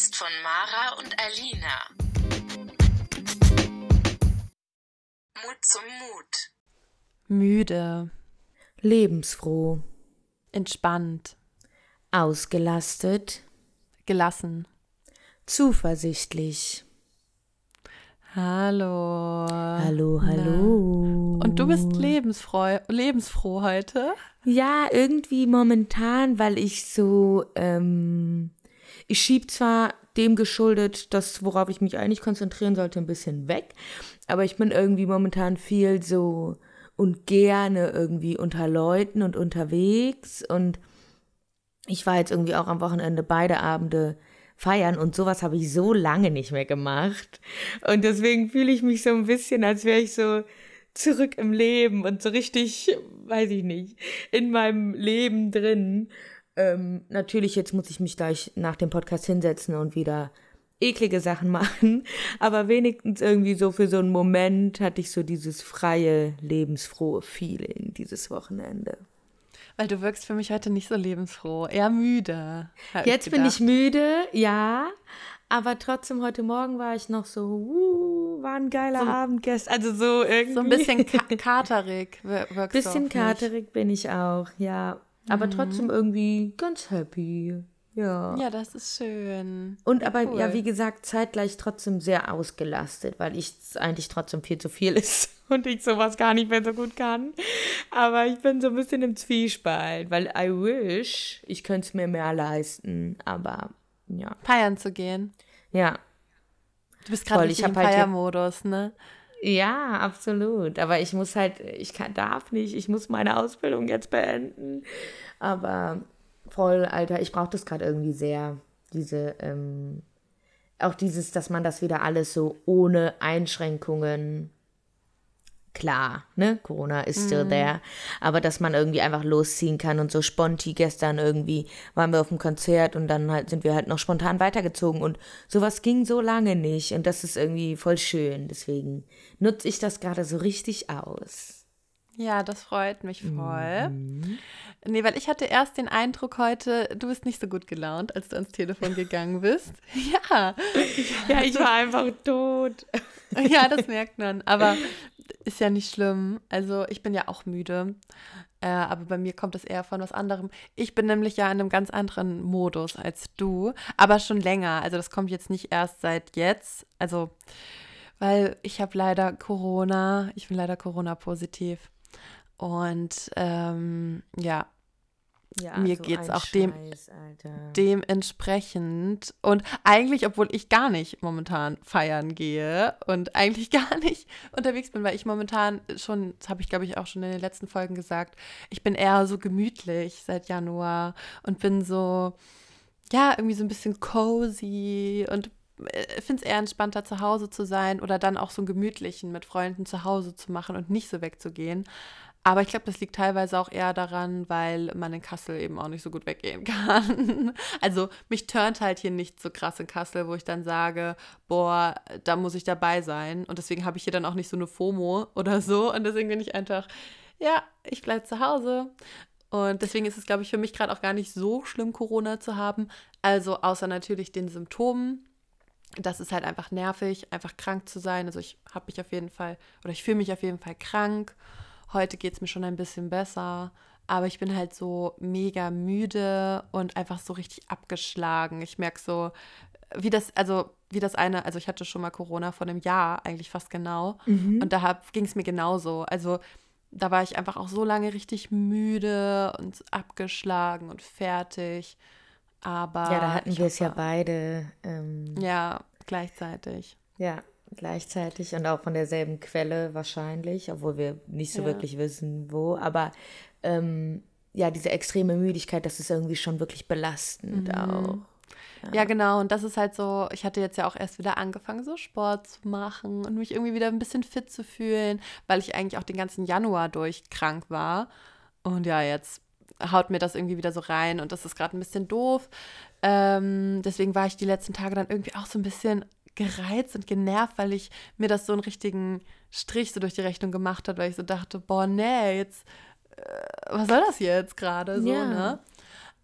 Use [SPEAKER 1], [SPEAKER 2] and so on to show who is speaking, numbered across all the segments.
[SPEAKER 1] Podcast von Mara und Alina. Mut zum Mut.
[SPEAKER 2] Müde,
[SPEAKER 3] lebensfroh,
[SPEAKER 2] entspannt,
[SPEAKER 3] ausgelastet,
[SPEAKER 2] gelassen.
[SPEAKER 3] zuversichtlich.
[SPEAKER 2] Hallo.
[SPEAKER 3] Hallo, hallo.
[SPEAKER 2] Und du bist lebensfroh heute?
[SPEAKER 3] Ja, irgendwie momentan, weil ich so, ich schieb zwar dem geschuldet, das, worauf ich mich eigentlich konzentrieren sollte, ein bisschen weg, aber ich bin irgendwie momentan viel so und gerne irgendwie unter Leuten und unterwegs und ich war jetzt irgendwie auch am Wochenende beide Abende feiern und sowas habe ich so lange nicht mehr gemacht und deswegen fühle ich mich so ein bisschen, als wäre ich so zurück im Leben und so richtig, weiß ich nicht, in meinem Leben drin. Natürlich, jetzt muss ich mich gleich nach dem Podcast hinsetzen und wieder eklige Sachen machen, aber wenigstens irgendwie so für so einen Moment hatte ich so dieses freie, lebensfrohe Feeling dieses Wochenende.
[SPEAKER 2] Weil du wirkst für mich heute nicht so lebensfroh, eher müde.
[SPEAKER 3] Jetzt bin ich müde, ja, aber trotzdem heute Morgen war ich noch so, war ein geiler Abend gestern, also so irgendwie.
[SPEAKER 2] So ein bisschen katerig wirkst du
[SPEAKER 3] Bisschen
[SPEAKER 2] auf mich.
[SPEAKER 3] katerig bin ich auch, ja, aber trotzdem irgendwie ganz happy, ja.
[SPEAKER 2] Ja, das ist schön.
[SPEAKER 3] Und
[SPEAKER 2] ja,
[SPEAKER 3] aber,
[SPEAKER 2] cool.
[SPEAKER 3] ja, wie gesagt, zeitgleich trotzdem sehr ausgelastet, weil es eigentlich trotzdem viel zu viel ist und ich sowas gar nicht mehr so gut kann. Aber ich bin so ein bisschen im Zwiespalt, weil I wish, ich könnte es mir mehr leisten, aber ja.
[SPEAKER 2] Feiern zu gehen.
[SPEAKER 3] Ja,
[SPEAKER 2] Du bist gerade
[SPEAKER 3] Voll,
[SPEAKER 2] richtig
[SPEAKER 3] ich
[SPEAKER 2] im
[SPEAKER 3] hab halt
[SPEAKER 2] Feiermodus, ne?
[SPEAKER 3] ja, absolut. Aber ich muss halt, darf nicht, ich muss meine Ausbildung jetzt beenden. Aber voll, Alter, ich brauche das gerade irgendwie sehr. Auch dieses, dass man das wieder alles so ohne Einschränkungen, klar, ne, Corona ist still there, aber dass man irgendwie einfach losziehen kann und so sponti. Gestern irgendwie waren wir auf dem Konzert und dann halt sind wir halt noch spontan weitergezogen und sowas ging so lange nicht und das ist irgendwie voll schön, deswegen nutze ich das gerade so richtig aus.
[SPEAKER 2] Ja, das freut mich voll. Nee, weil ich hatte erst den Eindruck heute, du bist nicht so gut gelaunt, als du ans Telefon gegangen bist. Ja.
[SPEAKER 3] Ja, ich war einfach tot.
[SPEAKER 2] Ja, das merkt man. Aber ist ja nicht schlimm. Also ich bin ja auch müde. Aber bei mir kommt es eher von was anderem. Ich bin nämlich ja in einem ganz anderen Modus als du, aber schon länger. Also das kommt jetzt nicht erst seit jetzt. Also, weil ich habe leider Corona. Ich bin leider Corona-positiv. Und ja,
[SPEAKER 3] Ja,
[SPEAKER 2] mir
[SPEAKER 3] so
[SPEAKER 2] geht's
[SPEAKER 3] ein
[SPEAKER 2] auch
[SPEAKER 3] Scheiß, Alter.
[SPEAKER 2] dementsprechend. Und eigentlich, obwohl ich gar nicht momentan feiern gehe und eigentlich gar nicht unterwegs bin, weil ich momentan schon, das habe ich glaube ich auch schon in den letzten Folgen gesagt, ich bin eher so gemütlich seit Januar und bin so, ja, irgendwie so ein bisschen cozy und finde es eher entspannter, zu Hause zu sein oder dann auch so einen gemütlichen mit Freunden zu Hause zu machen und nicht so wegzugehen. Aber ich glaube, das liegt teilweise auch eher daran, weil man in Kassel eben auch nicht so gut weggehen kann. Also mich turnt halt hier nicht so krass in Kassel, wo ich dann sage, boah, da muss ich dabei sein. Und deswegen habe ich hier dann auch nicht so eine FOMO oder so. Und deswegen bin ich einfach, ja, ich bleibe zu Hause. Und deswegen ist es, glaube ich, für mich gerade auch gar nicht so schlimm, Corona zu haben. Also außer natürlich den Symptomen. Das ist halt einfach nervig, einfach krank zu sein. Also ich habe mich auf jeden Fall, oder ich fühle mich auf jeden Fall krank. Heute geht es mir schon ein bisschen besser, aber ich bin halt so mega müde und einfach so richtig abgeschlagen. Ich merke so, wie das eine, also ich hatte schon mal Corona vor einem Jahr, eigentlich fast genau, und da ging es mir genauso. Also da war ich einfach auch so lange richtig müde und abgeschlagen und fertig, aber
[SPEAKER 3] Ja, da hatten wir es ja
[SPEAKER 2] hoffe,
[SPEAKER 3] beide.
[SPEAKER 2] ja, gleichzeitig.
[SPEAKER 3] Ja, gleichzeitig und auch von derselben Quelle wahrscheinlich, obwohl wir nicht so
[SPEAKER 2] Ja.
[SPEAKER 3] wirklich wissen, wo. Aber ja, diese extreme Müdigkeit, das ist irgendwie schon wirklich belastend auch.
[SPEAKER 2] Ja, genau. Und das ist halt so, ich hatte jetzt ja auch erst wieder angefangen, so Sport zu machen und mich irgendwie wieder ein bisschen fit zu fühlen, weil ich eigentlich auch den ganzen Januar durch krank war. Und ja, jetzt haut mir das irgendwie wieder so rein und das ist gerade ein bisschen doof. Deswegen war ich die letzten Tage dann irgendwie auch so ein bisschen gereizt und genervt, weil ich mir das so einen richtigen Strich so durch die Rechnung gemacht hat, weil ich so dachte, boah, nee, jetzt, was soll das jetzt gerade so,
[SPEAKER 3] Ja.
[SPEAKER 2] ne?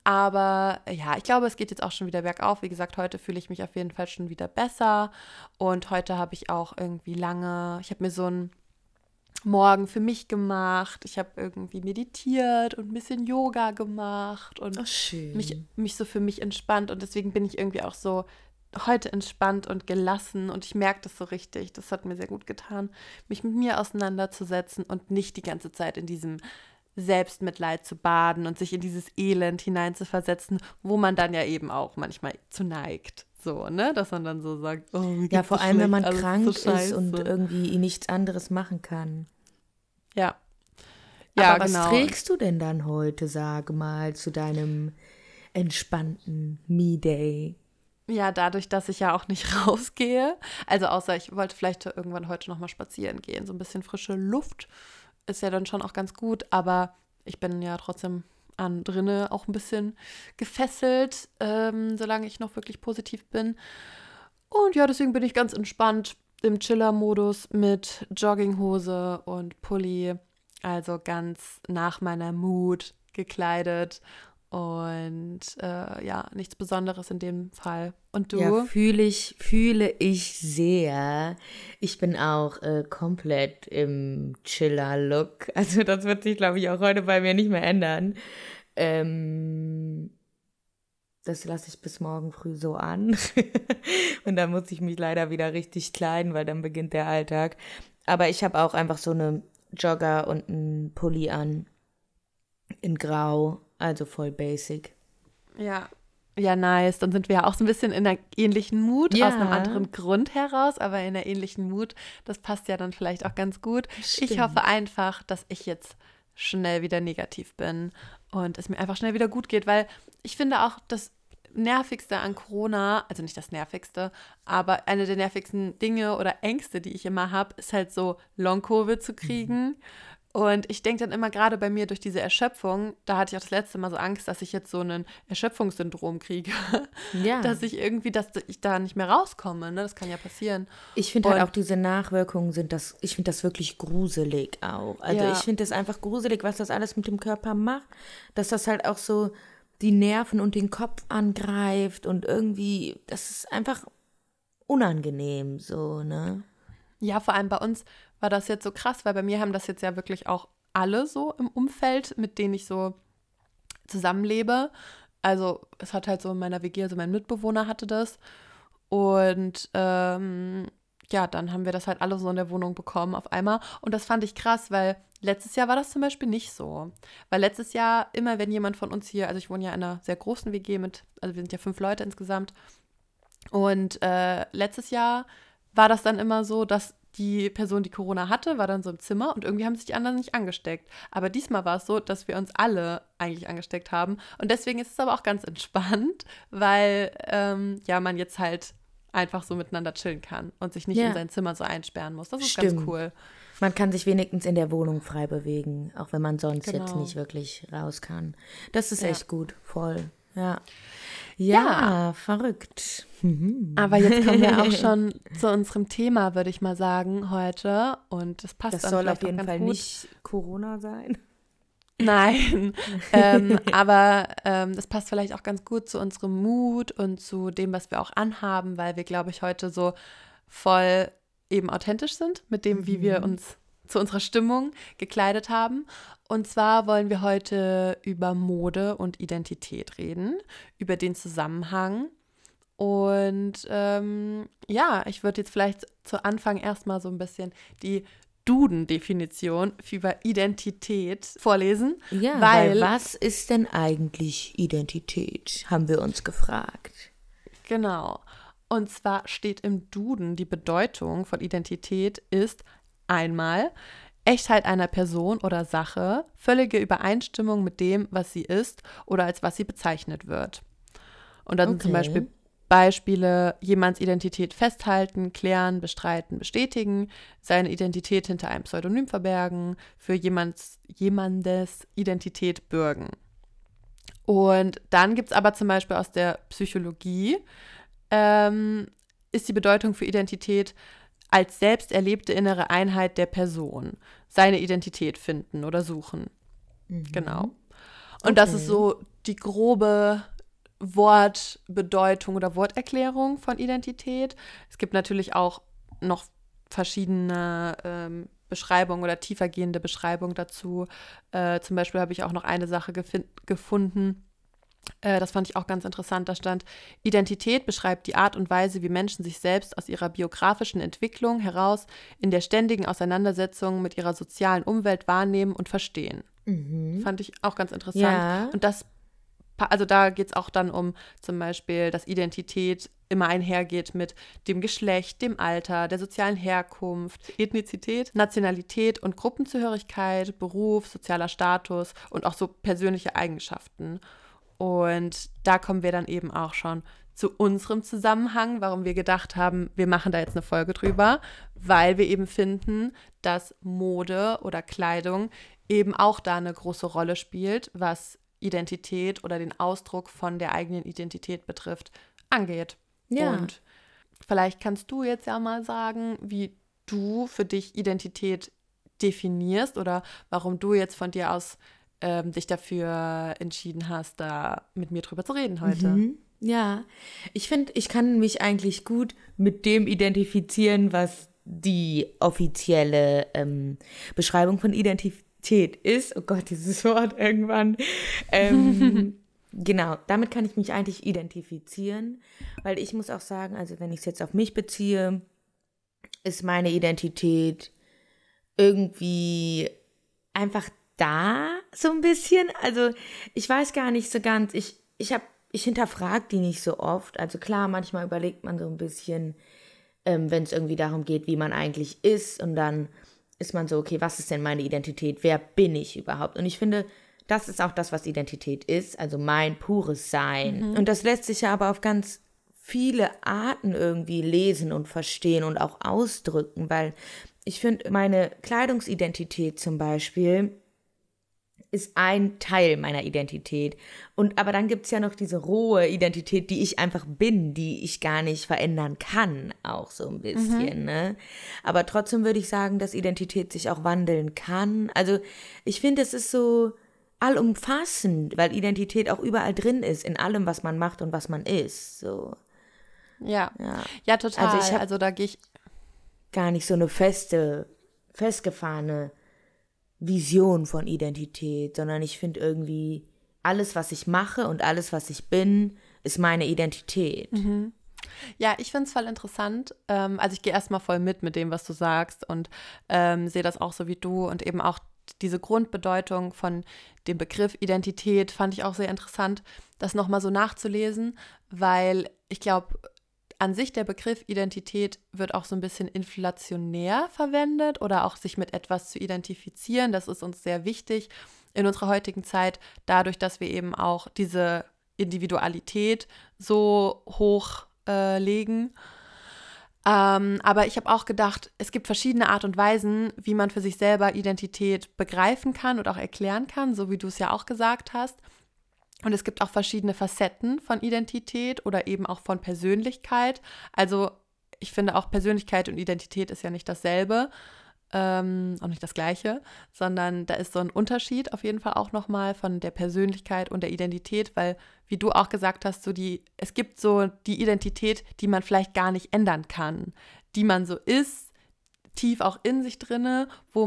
[SPEAKER 2] Aber ja, ich glaube, es geht jetzt auch schon wieder bergauf. Wie gesagt, heute fühle ich mich auf jeden Fall schon wieder besser. Und heute habe ich auch irgendwie ich habe mir so einen Morgen für mich gemacht. Ich habe irgendwie meditiert und ein bisschen Yoga gemacht und
[SPEAKER 3] Ach, schön.
[SPEAKER 2] mich so für mich entspannt. Und deswegen bin ich irgendwie auch so heute entspannt und gelassen. Und ich merke das so richtig. Das hat mir sehr gut getan, mich mit mir auseinanderzusetzen und nicht die ganze Zeit in diesem Selbstmitleid zu baden und sich in dieses Elend hineinzuversetzen, wo man dann ja eben auch manchmal zu neigt. So, ne? Dass man dann so sagt, oh, mir
[SPEAKER 3] Ja,
[SPEAKER 2] geht's
[SPEAKER 3] vor
[SPEAKER 2] so
[SPEAKER 3] allem, wenn
[SPEAKER 2] schlecht,
[SPEAKER 3] man
[SPEAKER 2] alles
[SPEAKER 3] krank
[SPEAKER 2] so
[SPEAKER 3] ist
[SPEAKER 2] scheiße.
[SPEAKER 3] und irgendwie nichts anderes machen kann.
[SPEAKER 2] Ja. Ja,
[SPEAKER 3] Aber was
[SPEAKER 2] genau.
[SPEAKER 3] trägst du denn dann heute, sage mal, zu deinem entspannten Me-Day?
[SPEAKER 2] Ja, dadurch, dass ich ja auch nicht rausgehe, also außer ich wollte vielleicht irgendwann heute noch mal spazieren gehen, so ein bisschen frische Luft ist ja dann schon auch ganz gut, aber ich bin ja trotzdem drinne auch ein bisschen gefesselt, solange ich noch wirklich positiv bin. Und ja, deswegen bin ich ganz entspannt im Chiller-Modus mit Jogginghose und Pulli, also ganz nach meiner Mut gekleidet. Und ja, nichts Besonderes in dem Fall. Und du?
[SPEAKER 3] Ja, fühle ich sehr. Ich bin auch komplett im Chiller-Look. Also das wird sich, glaube ich, auch heute bei mir nicht mehr ändern. Das lasse ich bis morgen früh so an. Und dann muss ich mich leider wieder richtig kleiden, weil dann beginnt der Alltag. Aber ich habe auch einfach so eine Jogger und einen Pulli an. In Grau, also voll basic.
[SPEAKER 2] Ja. Ja, nice. Dann sind wir ja auch so ein bisschen in einer ähnlichen Mut,
[SPEAKER 3] Ja.
[SPEAKER 2] aus einem anderen Grund heraus, aber in einer ähnlichen Mut. Das passt ja dann vielleicht auch ganz gut.
[SPEAKER 3] Stimmt.
[SPEAKER 2] Ich hoffe einfach, dass ich jetzt schnell wieder negativ bin und es mir einfach schnell wieder gut geht, weil ich finde auch das Nervigste an Corona, also nicht das Nervigste, aber eine der nervigsten Dinge oder Ängste, die ich immer habe, ist halt so Long-Covid zu kriegen. Und ich denke dann immer gerade bei mir durch diese Erschöpfung, da hatte ich auch das letzte Mal so Angst, dass ich jetzt so ein Erschöpfungssyndrom kriege,
[SPEAKER 3] Ja.
[SPEAKER 2] dass ich da nicht mehr rauskomme, ne? Das kann ja passieren.
[SPEAKER 3] Ich finde halt
[SPEAKER 2] Und-
[SPEAKER 3] auch diese Nachwirkungen ich finde das wirklich gruselig auch. Also
[SPEAKER 2] Ja.
[SPEAKER 3] ich finde das einfach gruselig, was das alles mit dem Körper macht, dass das halt auch so die Nerven und den Kopf angreift und irgendwie, das ist einfach unangenehm so, ne?
[SPEAKER 2] Ja, vor allem bei uns war das jetzt so krass, weil bei mir haben das jetzt ja wirklich auch alle so im Umfeld, mit denen ich so zusammenlebe. Also es hat halt so in meiner WG, also mein Mitbewohner hatte das. Und ja, dann haben wir das halt alle so in der Wohnung bekommen auf einmal. Und das fand ich krass, weil letztes Jahr war das zum Beispiel nicht so. Weil letztes Jahr immer, wenn jemand von uns hier, also ich wohne ja in einer sehr großen WG also wir sind ja 5 Leute insgesamt. Und letztes Jahr war das dann immer so, dass die Person, die Corona hatte, war dann so im Zimmer und irgendwie haben sich die anderen nicht angesteckt. Aber diesmal war es so, dass wir uns alle eigentlich angesteckt haben. Und deswegen ist es aber auch ganz entspannt, weil ja, man jetzt halt einfach so miteinander chillen kann und sich nicht
[SPEAKER 3] Ja.
[SPEAKER 2] in sein Zimmer so einsperren muss. Das ist
[SPEAKER 3] Stimmt.
[SPEAKER 2] ganz cool.
[SPEAKER 3] Man kann sich wenigstens in der Wohnung frei bewegen, auch wenn man sonst jetzt
[SPEAKER 2] Genau.
[SPEAKER 3] nicht wirklich raus kann. Das ist
[SPEAKER 2] Ja.
[SPEAKER 3] echt gut, voll. Ja. Ja, verrückt.
[SPEAKER 2] Aber jetzt kommen wir auch schon zu unserem Thema, würde ich mal sagen, heute. Und das passt
[SPEAKER 3] Das
[SPEAKER 2] dann
[SPEAKER 3] soll
[SPEAKER 2] vielleicht
[SPEAKER 3] auf jeden
[SPEAKER 2] auch ganz
[SPEAKER 3] Fall
[SPEAKER 2] gut.
[SPEAKER 3] nicht Corona sein.
[SPEAKER 2] Nein, aber das passt vielleicht auch ganz gut zu unserem Mut und zu dem, was wir auch anhaben, weil wir, glaube ich, heute so voll eben authentisch sind mit dem, wie wir uns zu unserer Stimmung gekleidet haben. Und zwar wollen wir heute über Mode und Identität reden, über den Zusammenhang. Und ja, ich würde jetzt vielleicht zu Anfang erstmal so ein bisschen die Duden-Definition über Identität vorlesen.
[SPEAKER 3] Ja,
[SPEAKER 2] weil
[SPEAKER 3] was ist denn eigentlich Identität, haben wir uns gefragt.
[SPEAKER 2] Genau. Und zwar steht im Duden, die Bedeutung von Identität ist einmal Echtheit einer Person oder Sache, völlige Übereinstimmung mit dem, was sie ist oder als was sie bezeichnet wird. Und dann sind zum
[SPEAKER 3] Okay.
[SPEAKER 2] Beispiel Beispiele, jemands Identität festhalten, klären, bestreiten, bestätigen, seine Identität hinter einem Pseudonym verbergen, für jemandes Identität bürgen. Und dann gibt es aber zum Beispiel aus der Psychologie, ist die Bedeutung für Identität als selbst erlebte innere Einheit der Person, seine Identität finden oder suchen. Genau. Und das ist so die grobe Wortbedeutung oder Worterklärung von Identität. Es gibt natürlich auch noch verschiedene Beschreibungen oder tiefergehende Beschreibungen dazu. Zum Beispiel habe ich auch noch eine Sache gefunden, das fand ich auch ganz interessant. Da stand: Identität beschreibt die Art und Weise, wie Menschen sich selbst aus ihrer biografischen Entwicklung heraus in der ständigen Auseinandersetzung mit ihrer sozialen Umwelt wahrnehmen und verstehen. Fand ich auch ganz interessant.
[SPEAKER 3] Ja.
[SPEAKER 2] Und also da geht es auch dann um zum Beispiel, dass Identität immer einhergeht mit dem Geschlecht, dem Alter, der sozialen Herkunft, Ethnizität, Nationalität und Gruppenzugehörigkeit, Beruf, sozialer Status und auch so persönliche Eigenschaften. Und da kommen wir dann eben auch schon zu unserem Zusammenhang, warum wir gedacht haben, wir machen da jetzt eine Folge drüber, weil wir eben finden, dass Mode oder Kleidung eben auch da eine große Rolle spielt, was Identität oder den Ausdruck von der eigenen Identität betrifft, angeht.
[SPEAKER 3] Ja.
[SPEAKER 2] Und vielleicht kannst du jetzt ja mal sagen, wie du für dich Identität definierst oder warum du jetzt von dir aus dich dafür entschieden hast, da mit mir drüber zu reden heute.
[SPEAKER 3] Ja, ich finde, ich kann mich eigentlich gut mit dem identifizieren, was die offizielle Beschreibung von Identität ist. Oh Gott, dieses Wort irgendwann. Genau, damit kann ich mich eigentlich identifizieren, weil ich muss auch sagen, also wenn ich es jetzt auf mich beziehe, ist meine Identität irgendwie einfach da so ein bisschen. Also ich weiß gar nicht so ganz, ich hinterfrage die nicht so oft. Also klar, manchmal überlegt man so ein bisschen, wenn es irgendwie darum geht, wie man eigentlich ist, und dann ist man so, okay, was ist denn meine Identität? Wer bin ich überhaupt? Und ich finde, das ist auch das, was Identität ist, also mein pures Sein. Und das lässt sich ja aber auf ganz viele Arten irgendwie lesen und verstehen und auch ausdrücken, weil ich finde, meine Kleidungsidentität zum Beispiel ist ein Teil meiner Identität. Aber dann gibt es ja noch diese rohe Identität, die ich einfach bin, die ich gar nicht verändern kann, auch so ein bisschen, ne? Aber trotzdem würde ich sagen, dass Identität sich auch wandeln kann. Also ich finde, es ist so allumfassend, weil Identität auch überall drin ist, in allem, was man macht und was man ist. So.
[SPEAKER 2] Ja, total.
[SPEAKER 3] Also ich
[SPEAKER 2] also da gehe ich
[SPEAKER 3] gar nicht so eine festgefahrene Vision von Identität, sondern ich finde irgendwie, alles, was ich mache und alles, was ich bin, ist meine Identität.
[SPEAKER 2] Ja, ich finde es voll interessant. Also ich gehe erstmal voll mit dem, was du sagst, und sehe das auch so wie du, und eben auch diese Grundbedeutung von dem Begriff Identität fand ich auch sehr interessant, das nochmal so nachzulesen, weil ich glaube, an sich der Begriff Identität wird auch so ein bisschen inflationär verwendet oder auch sich mit etwas zu identifizieren. Das ist uns sehr wichtig in unserer heutigen Zeit, dadurch, dass wir eben auch diese Individualität so hoch legen. Aber ich habe auch gedacht, es gibt verschiedene Art und Weisen, wie man für sich selber Identität begreifen kann und auch erklären kann, so wie du es ja auch gesagt hast. Und es gibt auch verschiedene Facetten von Identität oder eben auch von Persönlichkeit. Also ich finde auch, Persönlichkeit und Identität ist ja nicht dasselbe, auch nicht das Gleiche, sondern da ist so ein Unterschied auf jeden Fall auch nochmal von der Persönlichkeit und der Identität, weil, wie du auch gesagt hast, es gibt so die Identität, die man vielleicht gar nicht ändern kann, die man so ist, tief auch in sich drinne,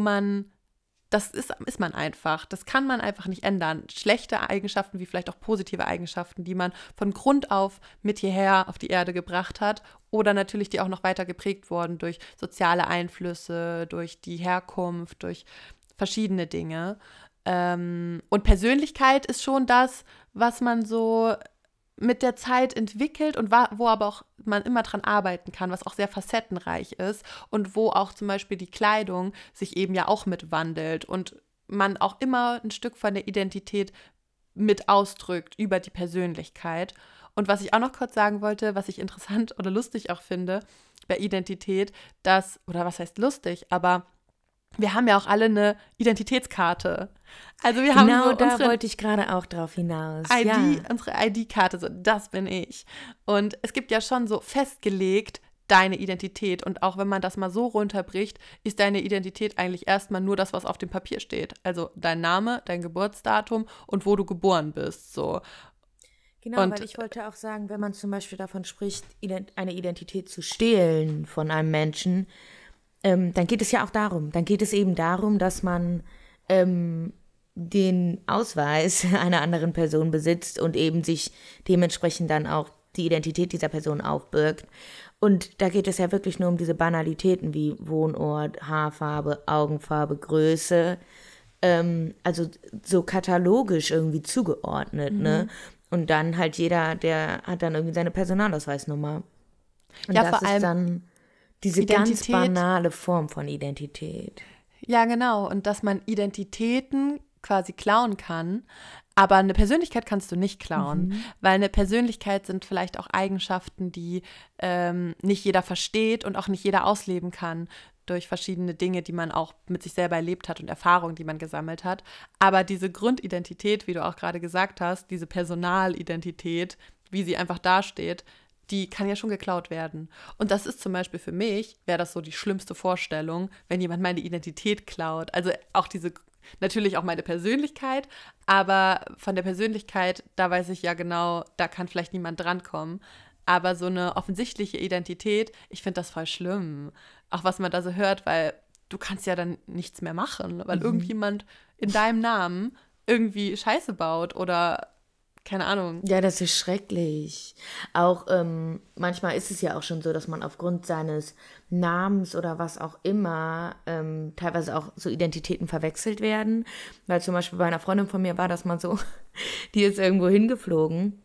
[SPEAKER 2] das ist man einfach. Das kann man einfach nicht ändern. Schlechte Eigenschaften wie vielleicht auch positive Eigenschaften, die man von Grund auf mit hierher auf die Erde gebracht hat, oder natürlich die auch noch weiter geprägt wurden durch soziale Einflüsse, durch die Herkunft, durch verschiedene Dinge. Und Persönlichkeit ist schon das, was man so mit der Zeit entwickelt und wo aber auch man immer dran arbeiten kann, was auch sehr facettenreich ist und wo auch zum Beispiel die Kleidung sich eben ja auch mitwandelt und man auch immer ein Stück von der Identität mit ausdrückt über die Persönlichkeit. Und was ich auch noch kurz sagen wollte, was ich interessant oder lustig auch finde bei Identität, oder was heißt lustig, aber wir haben ja auch alle eine Identitätskarte. Also wir haben
[SPEAKER 3] genau,
[SPEAKER 2] so
[SPEAKER 3] da wollte ich gerade auch drauf hinaus.
[SPEAKER 2] Unsere ID-Karte, so das bin ich. Und es gibt ja schon so festgelegt deine Identität. Und auch wenn man das mal so runterbricht, ist deine Identität eigentlich erstmal nur das, was auf dem Papier steht. Also dein Name, dein Geburtsdatum und wo du geboren bist. So.
[SPEAKER 3] Genau,
[SPEAKER 2] Und
[SPEAKER 3] weil ich wollte auch sagen, wenn man zum Beispiel davon spricht, eine Identität zu stehlen von einem Menschen, dann geht es ja auch darum. Dann geht es eben darum, dass man den Ausweis einer anderen Person besitzt und eben sich dementsprechend dann auch die Identität dieser Person aufbürgt. Und da geht es ja wirklich nur um diese Banalitäten wie Wohnort, Haarfarbe, Augenfarbe, Größe, also so katalogisch irgendwie zugeordnet, ne? Und dann halt jeder, der hat dann irgendwie seine Personalausweisnummer. Und
[SPEAKER 2] ja,
[SPEAKER 3] das
[SPEAKER 2] vor allem
[SPEAKER 3] ist dann diese ganz
[SPEAKER 2] Identität.
[SPEAKER 3] banale Form von Identität.
[SPEAKER 2] Ja, genau. Und dass man Identitäten quasi klauen kann, aber eine Persönlichkeit kannst du nicht klauen, weil eine Persönlichkeit sind vielleicht auch Eigenschaften, die nicht jeder versteht und auch nicht jeder ausleben kann durch verschiedene Dinge, die man auch mit sich selber erlebt hat und Erfahrungen, die man gesammelt hat. Aber diese Grundidentität, wie du auch gerade gesagt hast, diese Personalidentität, wie sie einfach dasteht, die kann ja schon geklaut werden. Und das ist zum Beispiel für mich, wäre das so die schlimmste Vorstellung, wenn jemand meine Identität klaut. Also auch natürlich auch meine Persönlichkeit, aber von der Persönlichkeit, da weiß ich ja genau, da kann vielleicht niemand drankommen. Aber so eine offensichtliche Identität, ich finde das voll schlimm. Auch was man da so hört, weil du kannst ja dann nichts mehr machen, weil irgendjemand in deinem Namen irgendwie Scheiße baut oder keine Ahnung.
[SPEAKER 3] Ja, das ist schrecklich. Auch manchmal ist es ja auch schon so, dass man aufgrund seines Namens oder was auch immer teilweise auch so Identitäten verwechselt werden. Weil zum Beispiel bei einer Freundin von mir war das mal so, die ist irgendwo hingeflogen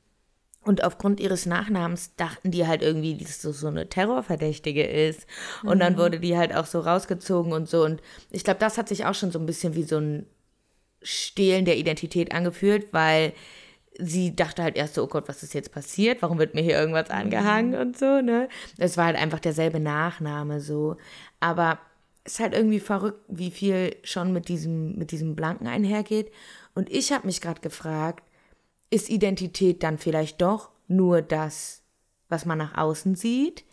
[SPEAKER 3] und aufgrund ihres Nachnamens dachten die halt irgendwie, dass das so eine Terrorverdächtige ist. Und dann wurde die halt auch so rausgezogen und so. Und ich glaube, das hat sich auch schon so ein bisschen wie so ein Stehlen der Identität angefühlt, weil sie dachte halt erst so, oh Gott, was ist jetzt passiert? Warum wird mir hier irgendwas angehangen und so, ne? Es war halt einfach derselbe Nachname so. Aber es ist halt irgendwie verrückt, wie viel schon mit diesem Blanken einhergeht. Und ich habe mich gerade gefragt, ist Identität dann vielleicht doch nur das, was man nach außen sieht?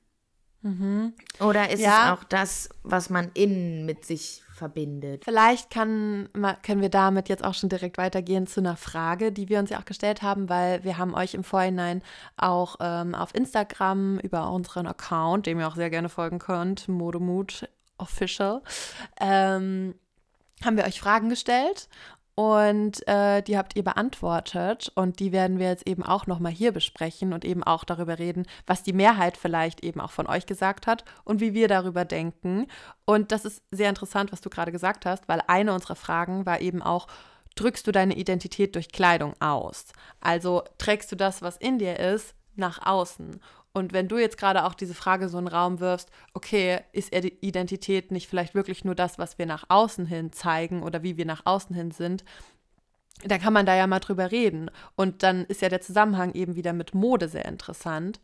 [SPEAKER 3] Oder ist es auch das, was man innen mit sich verbindet?
[SPEAKER 2] Vielleicht können wir damit jetzt auch schon direkt weitergehen zu einer Frage, die wir uns ja auch gestellt haben, weil wir haben euch im Vorhinein auch auf Instagram über unseren Account, dem ihr auch sehr gerne folgen könnt, Modemut Official, haben wir euch Fragen gestellt. Und die habt ihr beantwortet und die werden wir jetzt eben auch nochmal hier besprechen und eben auch darüber reden, was die Mehrheit vielleicht eben auch von euch gesagt hat und wie wir darüber denken. Und das ist sehr interessant, was du gerade gesagt hast, weil eine unserer Fragen war eben auch, drückst du deine Identität durch Kleidung aus? Also trägst du das, was in dir ist, nach außen? Und wenn du jetzt gerade auch diese Frage so in den Raum wirfst, okay, ist die Identität nicht vielleicht wirklich nur das, was wir nach außen hin zeigen oder wie wir nach außen hin sind, dann kann man da ja mal drüber reden. Und dann ist ja der Zusammenhang eben wieder mit Mode sehr interessant.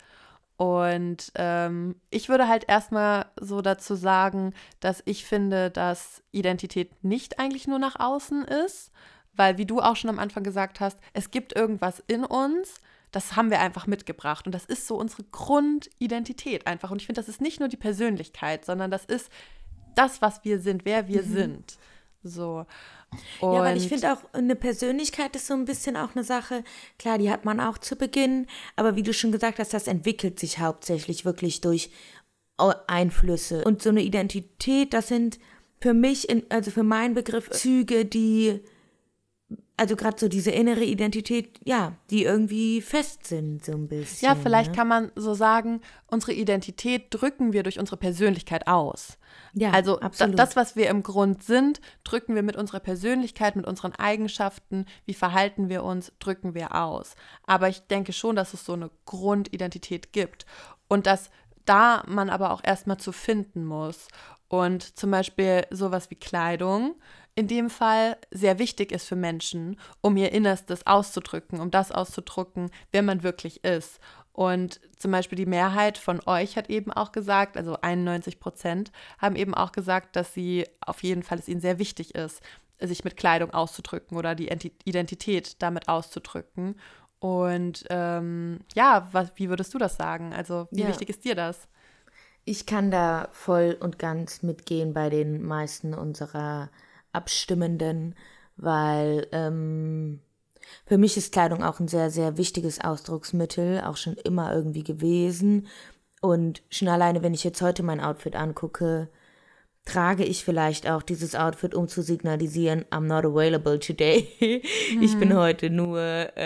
[SPEAKER 2] Und ich würde halt erstmal so dazu sagen, dass ich finde, dass Identität nicht eigentlich nur nach außen ist, weil, wie du auch schon am Anfang gesagt hast, es gibt irgendwas in uns, das haben wir einfach mitgebracht. Und das ist so unsere Grundidentität einfach. Und ich finde, das ist nicht nur die Persönlichkeit, sondern das ist das, was wir sind, wer wir sind. So. Und
[SPEAKER 3] ja, weil ich finde auch, eine Persönlichkeit ist so ein bisschen auch eine Sache, klar, die hat man auch zu Beginn, aber wie du schon gesagt hast, das entwickelt sich hauptsächlich wirklich durch Einflüsse. Und so eine Identität, das sind für mich, also für meinen Begriff, Züge, die, also gerade so diese innere Identität, ja, die irgendwie fest sind, so ein bisschen.
[SPEAKER 2] Ja, vielleicht kann man so sagen, unsere Identität drücken wir durch unsere Persönlichkeit aus.
[SPEAKER 3] Ja,
[SPEAKER 2] also
[SPEAKER 3] absolut.
[SPEAKER 2] Das, was wir im Grund sind, drücken wir mit unserer Persönlichkeit, mit unseren Eigenschaften, wie verhalten wir uns, drücken wir aus. Aber ich denke schon, dass es so eine Grundidentität gibt und dass da man aber auch erstmal zu finden muss. Und zum Beispiel sowas wie Kleidung in dem Fall sehr wichtig ist für Menschen, um ihr Innerstes auszudrücken, um das auszudrücken, wer man wirklich ist. Und zum Beispiel die Mehrheit von euch hat eben auch gesagt, also 91% haben eben auch gesagt, dass sie auf jeden Fall es ihnen sehr wichtig ist, sich mit Kleidung auszudrücken oder die Identität damit auszudrücken. Und wie würdest du das sagen? Also wie wichtig ist dir das?
[SPEAKER 3] Ich kann da voll und ganz mitgehen bei den meisten unserer Abstimmenden, weil für mich ist Kleidung auch ein sehr, sehr wichtiges Ausdrucksmittel, auch schon immer irgendwie gewesen. Und schon alleine, wenn ich jetzt heute mein Outfit angucke, trage ich vielleicht auch dieses Outfit, um zu signalisieren, I'm not available today. Ich bin heute nur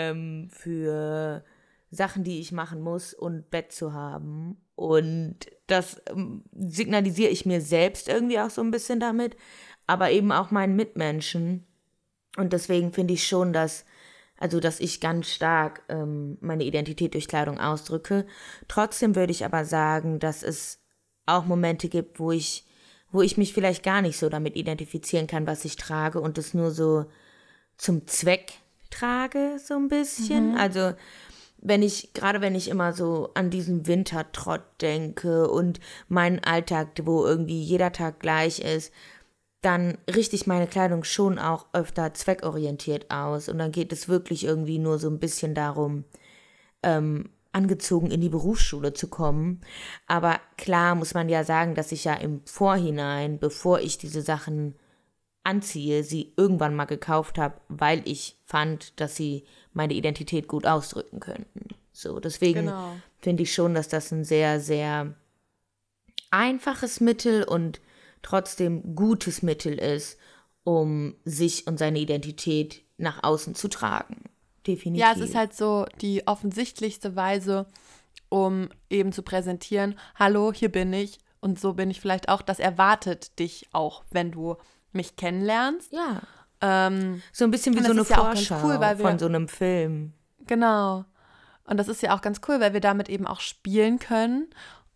[SPEAKER 3] für Sachen, die ich machen muss und Bett zu haben. Und das signalisiere ich mir selbst irgendwie auch so ein bisschen damit, aber eben auch meinen Mitmenschen. Und deswegen finde ich schon, dass ich ganz stark meine Identität durch Kleidung ausdrücke. Trotzdem würde ich aber sagen, dass es auch Momente gibt, wo ich mich vielleicht gar nicht so damit identifizieren kann, was ich trage und es nur so zum Zweck trage, so ein bisschen. Also wenn ich immer so an diesen Wintertrott denke und meinen Alltag, wo irgendwie jeder Tag gleich ist, dann richte ich meine Kleidung schon auch öfter zweckorientiert aus. Und dann geht es wirklich irgendwie nur so ein bisschen darum, angezogen in die Berufsschule zu kommen. Aber klar muss man ja sagen, dass ich ja im Vorhinein, bevor ich diese Sachen anziehe, sie irgendwann mal gekauft habe, weil ich fand, dass sie meine Identität gut ausdrücken könnten. So, deswegen finde ich schon, dass das ein sehr, sehr einfaches Mittel und trotzdem gutes Mittel ist, um sich und seine Identität nach außen zu tragen. Definitiv.
[SPEAKER 2] Ja, es ist halt so die offensichtlichste Weise, um eben zu präsentieren, hallo, hier bin ich und so bin ich vielleicht auch. Das erwartet dich auch, wenn du mich kennenlernst.
[SPEAKER 3] Ja. So ein bisschen wie so eine Vorschau von so einem Film.
[SPEAKER 2] Genau. Und das ist ja auch ganz cool, weil wir damit eben auch spielen können,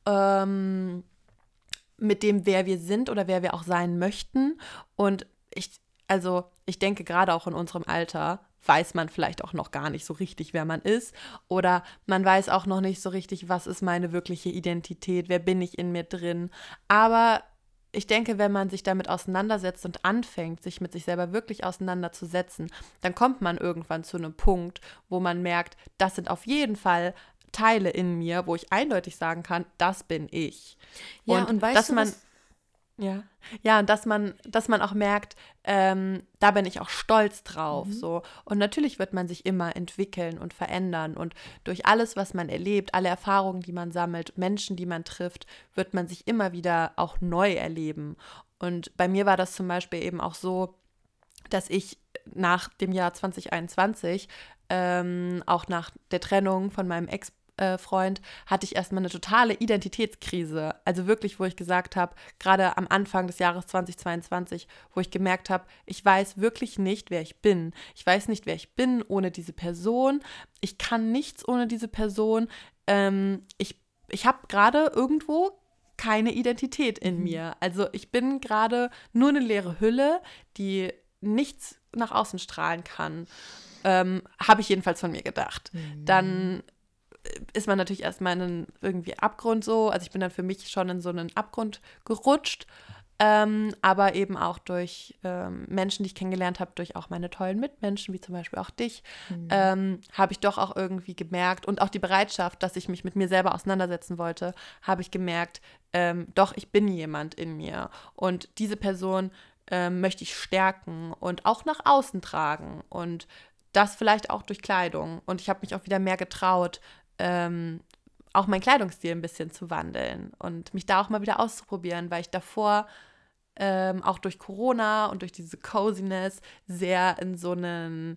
[SPEAKER 2] mit dem, wer wir sind oder wer wir auch sein möchten. Und ich denke, gerade auch in unserem Alter weiß man vielleicht auch noch gar nicht so richtig, wer man ist. Oder man weiß auch noch nicht so richtig, was ist meine wirkliche Identität, wer bin ich in mir drin. Aber ich denke, wenn man sich damit auseinandersetzt und anfängt, sich mit sich selber wirklich auseinanderzusetzen, dann kommt man irgendwann zu einem Punkt, wo man merkt, das sind auf jeden Fall Teile in mir, wo ich eindeutig sagen kann, das bin ich.
[SPEAKER 3] Ja, und weißt du,
[SPEAKER 2] und dass man auch merkt, da bin ich auch stolz drauf. So. Und natürlich wird man sich immer entwickeln und verändern. Und durch alles, was man erlebt, alle Erfahrungen, die man sammelt, Menschen, die man trifft, wird man sich immer wieder auch neu erleben. Und bei mir war das zum Beispiel eben auch so, dass ich nach dem Jahr 2021, auch nach der Trennung von meinem Ex-Freund, hatte ich erstmal eine totale Identitätskrise. Also wirklich, wo ich gesagt habe, gerade am Anfang des Jahres 2022, wo ich gemerkt habe, ich weiß wirklich nicht, wer ich bin. Ich weiß nicht, wer ich bin ohne diese Person. Ich kann nichts ohne diese Person. Ich habe gerade irgendwo keine Identität in mir. Also ich bin gerade nur eine leere Hülle, die nichts nach außen strahlen kann. Habe ich jedenfalls von mir gedacht. Dann ist man natürlich erstmal in einen irgendwie Abgrund so. Also ich bin dann für mich schon in so einen Abgrund gerutscht, aber eben auch durch Menschen, die ich kennengelernt habe, durch auch meine tollen Mitmenschen, wie zum Beispiel auch dich, habe ich doch auch irgendwie gemerkt und auch die Bereitschaft, dass ich mich mit mir selber auseinandersetzen wollte, habe ich gemerkt, doch, ich bin jemand in mir und diese Person möchte ich stärken und auch nach außen tragen und das vielleicht auch durch Kleidung. Und ich habe mich auch wieder mehr getraut, auch meinen Kleidungsstil ein bisschen zu wandeln und mich da auch mal wieder auszuprobieren, weil ich davor auch durch Corona und durch diese Coziness sehr in so einen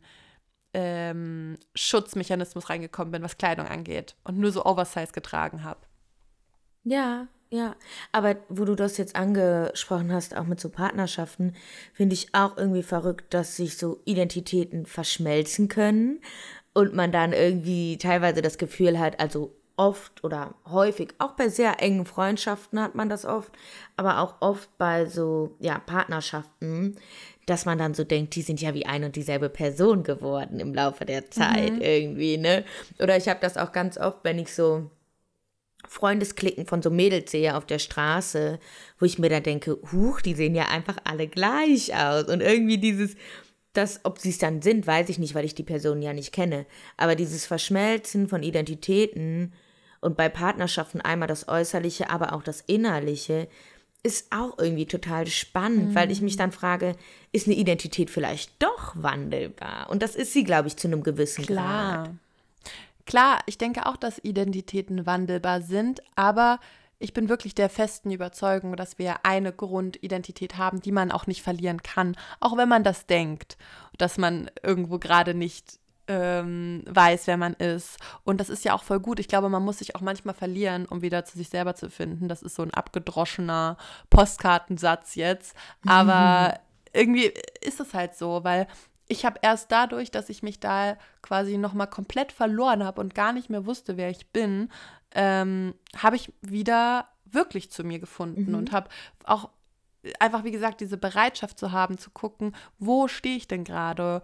[SPEAKER 2] Schutzmechanismus reingekommen bin, was Kleidung angeht und nur so Oversize getragen habe.
[SPEAKER 3] Ja, ja. Aber wo du das jetzt angesprochen hast, auch mit so Partnerschaften, finde ich auch irgendwie verrückt, dass sich so Identitäten verschmelzen können und man dann irgendwie teilweise das Gefühl hat, also oft oder häufig, auch bei sehr engen Freundschaften hat man das oft, aber auch oft bei so, ja, Partnerschaften, dass man dann so denkt, die sind ja wie ein und dieselbe Person geworden im Laufe der Zeit irgendwie, ne? Oder ich habe das auch ganz oft, wenn ich so Freundesklicken von so Mädels sehe auf der Straße, wo ich mir da denke, huch, die sehen ja einfach alle gleich aus. Und irgendwie dieses ob sie es dann sind, weiß ich nicht, weil ich die Person ja nicht kenne. Aber dieses Verschmelzen von Identitäten und bei Partnerschaften einmal das Äußerliche, aber auch das Innerliche, ist auch irgendwie total spannend, weil ich mich dann frage, ist eine Identität vielleicht doch wandelbar? Und das ist sie, glaube ich, zu einem gewissen Grad.
[SPEAKER 2] Klar, ich denke auch, dass Identitäten wandelbar sind, aber ich bin wirklich der festen Überzeugung, dass wir eine Grundidentität haben, die man auch nicht verlieren kann, auch wenn man das denkt, dass man irgendwo gerade nicht weiß, wer man ist. Und das ist ja auch voll gut. Ich glaube, man muss sich auch manchmal verlieren, um wieder zu sich selber zu finden. Das ist so ein abgedroschener Postkartensatz jetzt. Aber irgendwie ist es halt so, weil ich habe erst dadurch, dass ich mich da quasi nochmal komplett verloren habe und gar nicht mehr wusste, wer ich bin, habe ich wieder wirklich zu mir gefunden und habe auch einfach, wie gesagt, diese Bereitschaft zu haben, zu gucken, wo stehe ich denn gerade,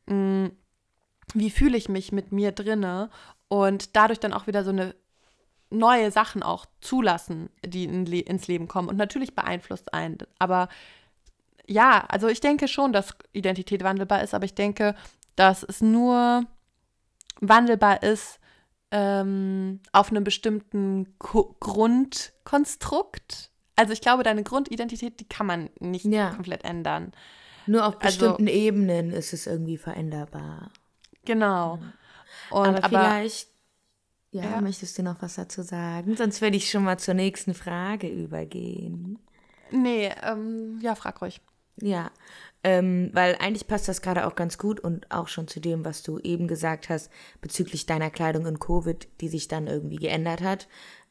[SPEAKER 2] wie fühle ich mich mit mir drinne und dadurch dann auch wieder so eine neue Sachen auch zulassen, die ins Leben kommen. Und natürlich beeinflusst einen, aber ja, also ich denke schon, dass Identität wandelbar ist, aber ich denke, dass es nur wandelbar ist auf einem bestimmten Grundkonstrukt. Also ich glaube, deine Grundidentität, die kann man nicht komplett ändern.
[SPEAKER 3] Nur auf bestimmten Ebenen ist es irgendwie veränderbar.
[SPEAKER 2] Genau.
[SPEAKER 3] Und aber vielleicht, möchtest du noch was dazu sagen? Sonst würde ich schon mal zur nächsten Frage übergehen.
[SPEAKER 2] Nee, frag ruhig.
[SPEAKER 3] Ja, weil eigentlich passt das gerade auch ganz gut und auch schon zu dem, was du eben gesagt hast, bezüglich deiner Kleidung in Covid, die sich dann irgendwie geändert hat.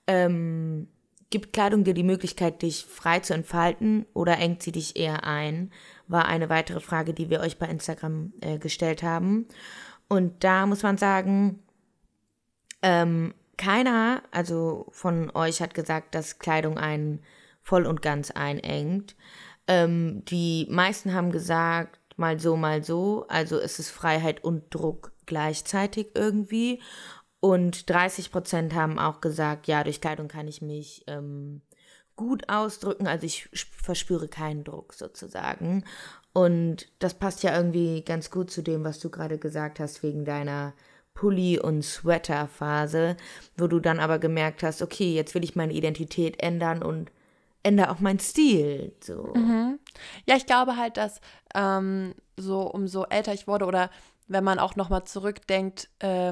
[SPEAKER 3] Gibt Kleidung dir die Möglichkeit, dich frei zu entfalten oder engt sie dich eher ein? War eine weitere Frage, die wir euch bei Instagram gestellt haben. Und da muss man sagen, keiner, also von euch hat gesagt, dass Kleidung einen voll und ganz einengt. Die meisten haben gesagt, mal so, also es ist Freiheit und Druck gleichzeitig irgendwie. Und 30% haben auch gesagt, ja, durch Kleidung kann ich mich gut ausdrücken, also ich verspüre keinen Druck sozusagen. Und das passt ja irgendwie ganz gut zu dem, was du gerade gesagt hast, wegen deiner Pulli- und Sweater-Phase, wo du dann aber gemerkt hast, okay, jetzt will ich meine Identität ändern und ändere auch meinen Stil. So.
[SPEAKER 2] Ja, ich glaube halt, dass so umso älter ich wurde oder wenn man auch nochmal zurückdenkt,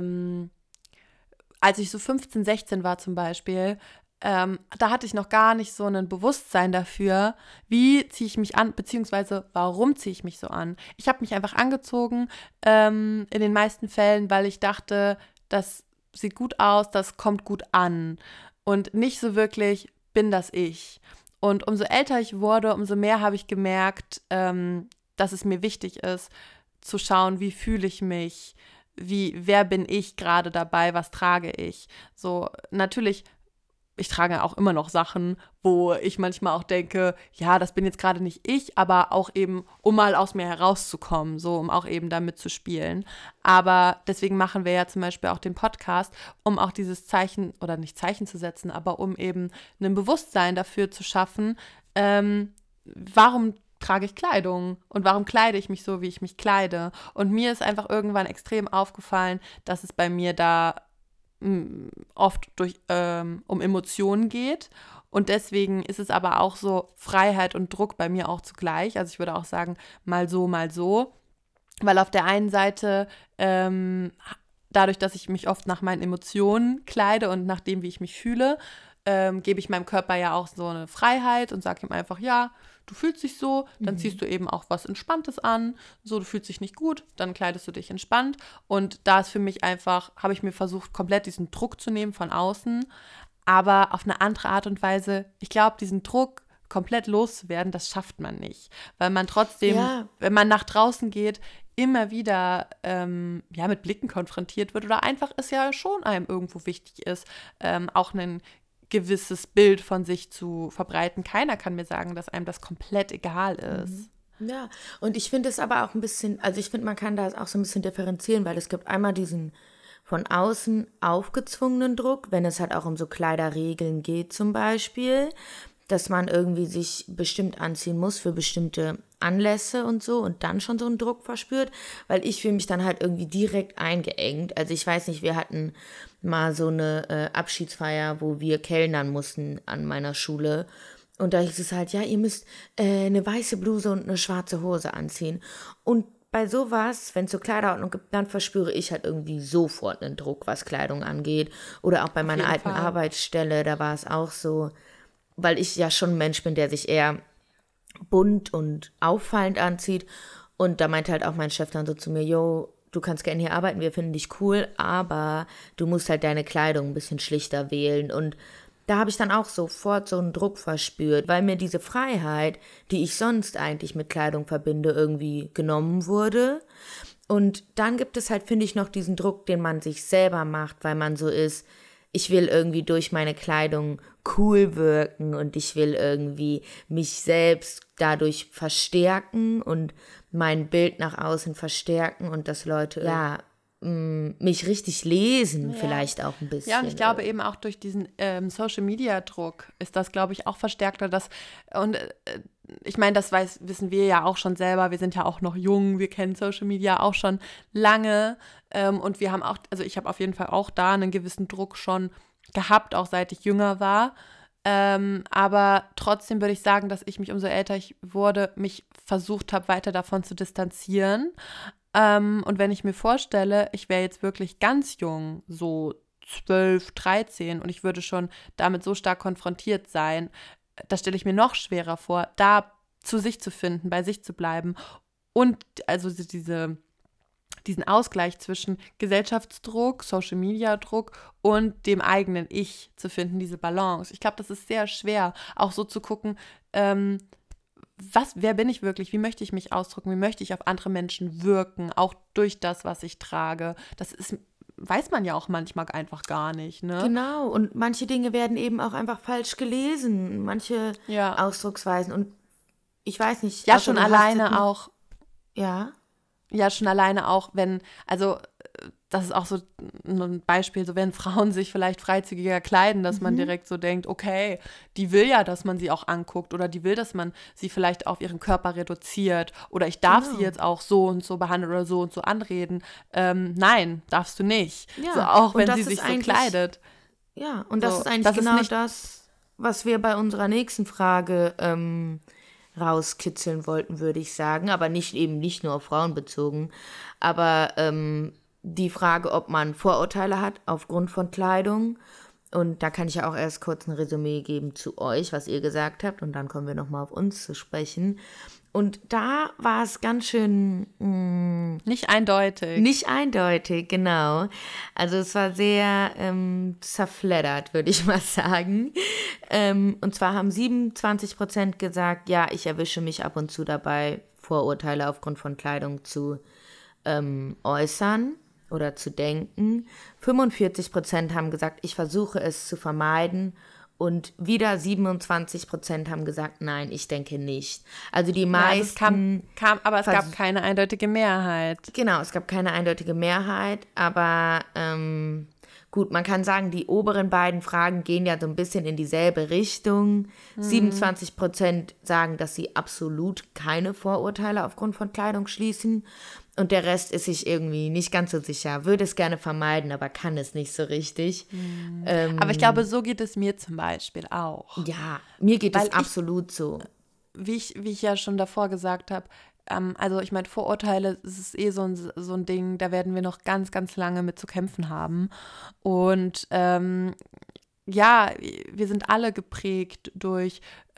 [SPEAKER 2] als ich so 15, 16 war zum Beispiel, da hatte ich noch gar nicht so ein Bewusstsein dafür, wie ziehe ich mich an, beziehungsweise warum ziehe ich mich so an. Ich habe mich einfach angezogen, in den meisten Fällen, weil ich dachte, das sieht gut aus, das kommt gut an. Und nicht so wirklich, bin das ich. Und umso älter ich wurde, umso mehr habe ich gemerkt, dass es mir wichtig ist, zu schauen, wie fühle ich mich, wer bin ich gerade dabei, was trage ich. So, natürlich, ich trage auch immer noch Sachen, wo ich manchmal auch denke, ja, das bin jetzt gerade nicht ich, aber auch eben, um mal aus mir herauszukommen, so, um auch eben damit zu spielen. Aber deswegen machen wir ja zum Beispiel auch den Podcast, um auch dieses Zeichen, oder nicht Zeichen zu setzen, aber um eben ein Bewusstsein dafür zu schaffen, warum trage ich Kleidung und warum kleide ich mich so, wie ich mich kleide. Und mir ist einfach irgendwann extrem aufgefallen, dass es bei mir da oft um Emotionen geht. Und deswegen ist es aber auch so Freiheit und Druck bei mir auch zugleich. Also ich würde auch sagen, mal so, mal so. Weil auf der einen Seite, dadurch, dass ich mich oft nach meinen Emotionen kleide und nach dem, wie ich mich fühle, gebe ich meinem Körper ja auch so eine Freiheit und sage ihm einfach, ja, du fühlst dich so, dann ziehst du eben auch was Entspanntes an. So, du fühlst dich nicht gut, dann kleidest du dich entspannt. Und da ist für mich einfach, habe ich mir versucht, komplett diesen Druck zu nehmen von außen, aber auf eine andere Art und Weise. Ich glaube, diesen Druck komplett loszuwerden, das schafft man nicht. Weil man trotzdem, wenn man nach draußen geht, immer wieder mit Blicken konfrontiert wird oder einfach es ja schon einem irgendwo wichtig ist, auch ein gewisses Bild von sich zu verbreiten. Keiner kann mir sagen, dass einem das komplett egal ist.
[SPEAKER 3] Ja, und ich finde es aber auch ein bisschen, also ich finde, man kann da auch so ein bisschen differenzieren, weil es gibt einmal diesen von außen aufgezwungenen Druck, wenn es halt auch um so Kleiderregeln geht zum Beispiel, dass man irgendwie sich bestimmt anziehen muss für bestimmte Anlässe und so und dann schon so einen Druck verspürt, weil ich fühle mich dann halt irgendwie direkt eingeengt. Also ich weiß nicht, wir hatten mal so eine Abschiedsfeier, wo wir kellnern mussten an meiner Schule. Und da hieß es halt, ja, ihr müsst eine weiße Bluse und eine schwarze Hose anziehen. Und bei sowas, wenn es so Kleiderordnung gibt, dann verspüre ich halt irgendwie sofort einen Druck, was Kleidung angeht. Oder auch bei meiner alten Arbeitsstelle, da war es auch so, weil ich ja schon ein Mensch bin, der sich eher bunt und auffallend anzieht. Und da meinte halt auch mein Chef dann so zu mir, jo, du kannst gerne hier arbeiten, wir finden dich cool, aber du musst halt deine Kleidung ein bisschen schlichter wählen. Und da habe ich dann auch sofort so einen Druck verspürt, weil mir diese Freiheit, die ich sonst eigentlich mit Kleidung verbinde, irgendwie genommen wurde. Und dann gibt es halt, finde ich, noch diesen Druck, den man sich selber macht, weil man so ist, ich will irgendwie durch meine Kleidung cool wirken und ich will irgendwie mich selbst dadurch verstärken und mein Bild nach außen verstärken und dass Leute, mich richtig lesen, vielleicht auch ein bisschen.
[SPEAKER 2] Ja, und ich glaube eben auch durch diesen Social-Media-Druck ist das, glaube ich, auch verstärkter. Ich meine, das wissen wir ja auch schon selber. Wir sind ja auch noch jung, wir kennen Social Media auch schon lange. Und wir haben auch, also ich habe auf jeden Fall auch da einen gewissen Druck schon gehabt, auch seit ich jünger war. Aber trotzdem würde ich sagen, dass ich mich, umso älter ich wurde, mich versucht habe, weiter davon zu distanzieren. Und wenn ich mir vorstelle, ich wäre jetzt wirklich ganz jung, so 12, 13 und ich würde schon damit so stark konfrontiert sein, das stelle ich mir noch schwerer vor, da zu sich zu finden, bei sich zu bleiben und also diesen Ausgleich zwischen Gesellschaftsdruck, Social-Media-Druck und dem eigenen Ich zu finden, diese Balance. Ich glaube, das ist sehr schwer, auch so zu gucken, wer bin ich wirklich, wie möchte ich mich ausdrücken, wie möchte ich auf andere Menschen wirken, auch durch das, was ich trage. Weiß man ja auch manchmal einfach gar nicht, ne?
[SPEAKER 3] Genau, und manche Dinge werden eben auch einfach falsch gelesen, manche Ausdrucksweisen und ich weiß nicht.
[SPEAKER 2] Ja, schon alleine auch.
[SPEAKER 3] Ja?
[SPEAKER 2] Ja, schon alleine auch, das ist auch so ein Beispiel, so wenn Frauen sich vielleicht freizügiger kleiden, dass man direkt so denkt, okay, die will ja, dass man sie auch anguckt oder die will, dass man sie vielleicht auf ihren Körper reduziert oder ich darf sie jetzt auch so und so behandeln oder so und so anreden. Nein, darfst du nicht.
[SPEAKER 3] Ja,
[SPEAKER 2] so, auch wenn
[SPEAKER 3] das
[SPEAKER 2] sie sich so kleidet.
[SPEAKER 3] Ja, und das ist eigentlich genau das, was wir bei unserer nächsten Frage rauskitzeln wollten, würde ich sagen, aber nicht nur auf Frauen bezogen, aber die Frage, ob man Vorurteile hat aufgrund von Kleidung. Und da kann ich ja auch erst kurz ein Resümee geben zu euch, was ihr gesagt habt. Und dann kommen wir nochmal auf uns zu sprechen. Und da war es ganz schön
[SPEAKER 2] nicht eindeutig.
[SPEAKER 3] Nicht eindeutig, genau. Also es war sehr zerfleddert, würde ich mal sagen. Und zwar haben 27% gesagt, ja, ich erwische mich ab und zu dabei, Vorurteile aufgrund von Kleidung zu äußern oder zu denken. 45% haben gesagt, ich versuche es zu vermeiden. Und wieder 27% haben gesagt, nein, ich denke nicht. Also die meisten...
[SPEAKER 2] Aber es gab keine eindeutige Mehrheit.
[SPEAKER 3] Genau, es gab keine eindeutige Mehrheit. Aber gut, man kann sagen, die oberen beiden Fragen gehen ja so ein bisschen in dieselbe Richtung. 27% sagen, dass sie absolut keine Vorurteile aufgrund von Kleidung schließen. Und der Rest ist sich irgendwie nicht ganz so sicher, würde es gerne vermeiden, aber kann es nicht so richtig.
[SPEAKER 2] Aber ich glaube, so geht es mir zum Beispiel auch.
[SPEAKER 3] Ja, mir geht es absolut so.
[SPEAKER 2] Wie ich ja schon davor gesagt habe, also ich meine, Vorurteile, das ist so ein Ding, da werden wir noch ganz, ganz lange mit zu kämpfen haben. Und ja, wir sind alle geprägt durch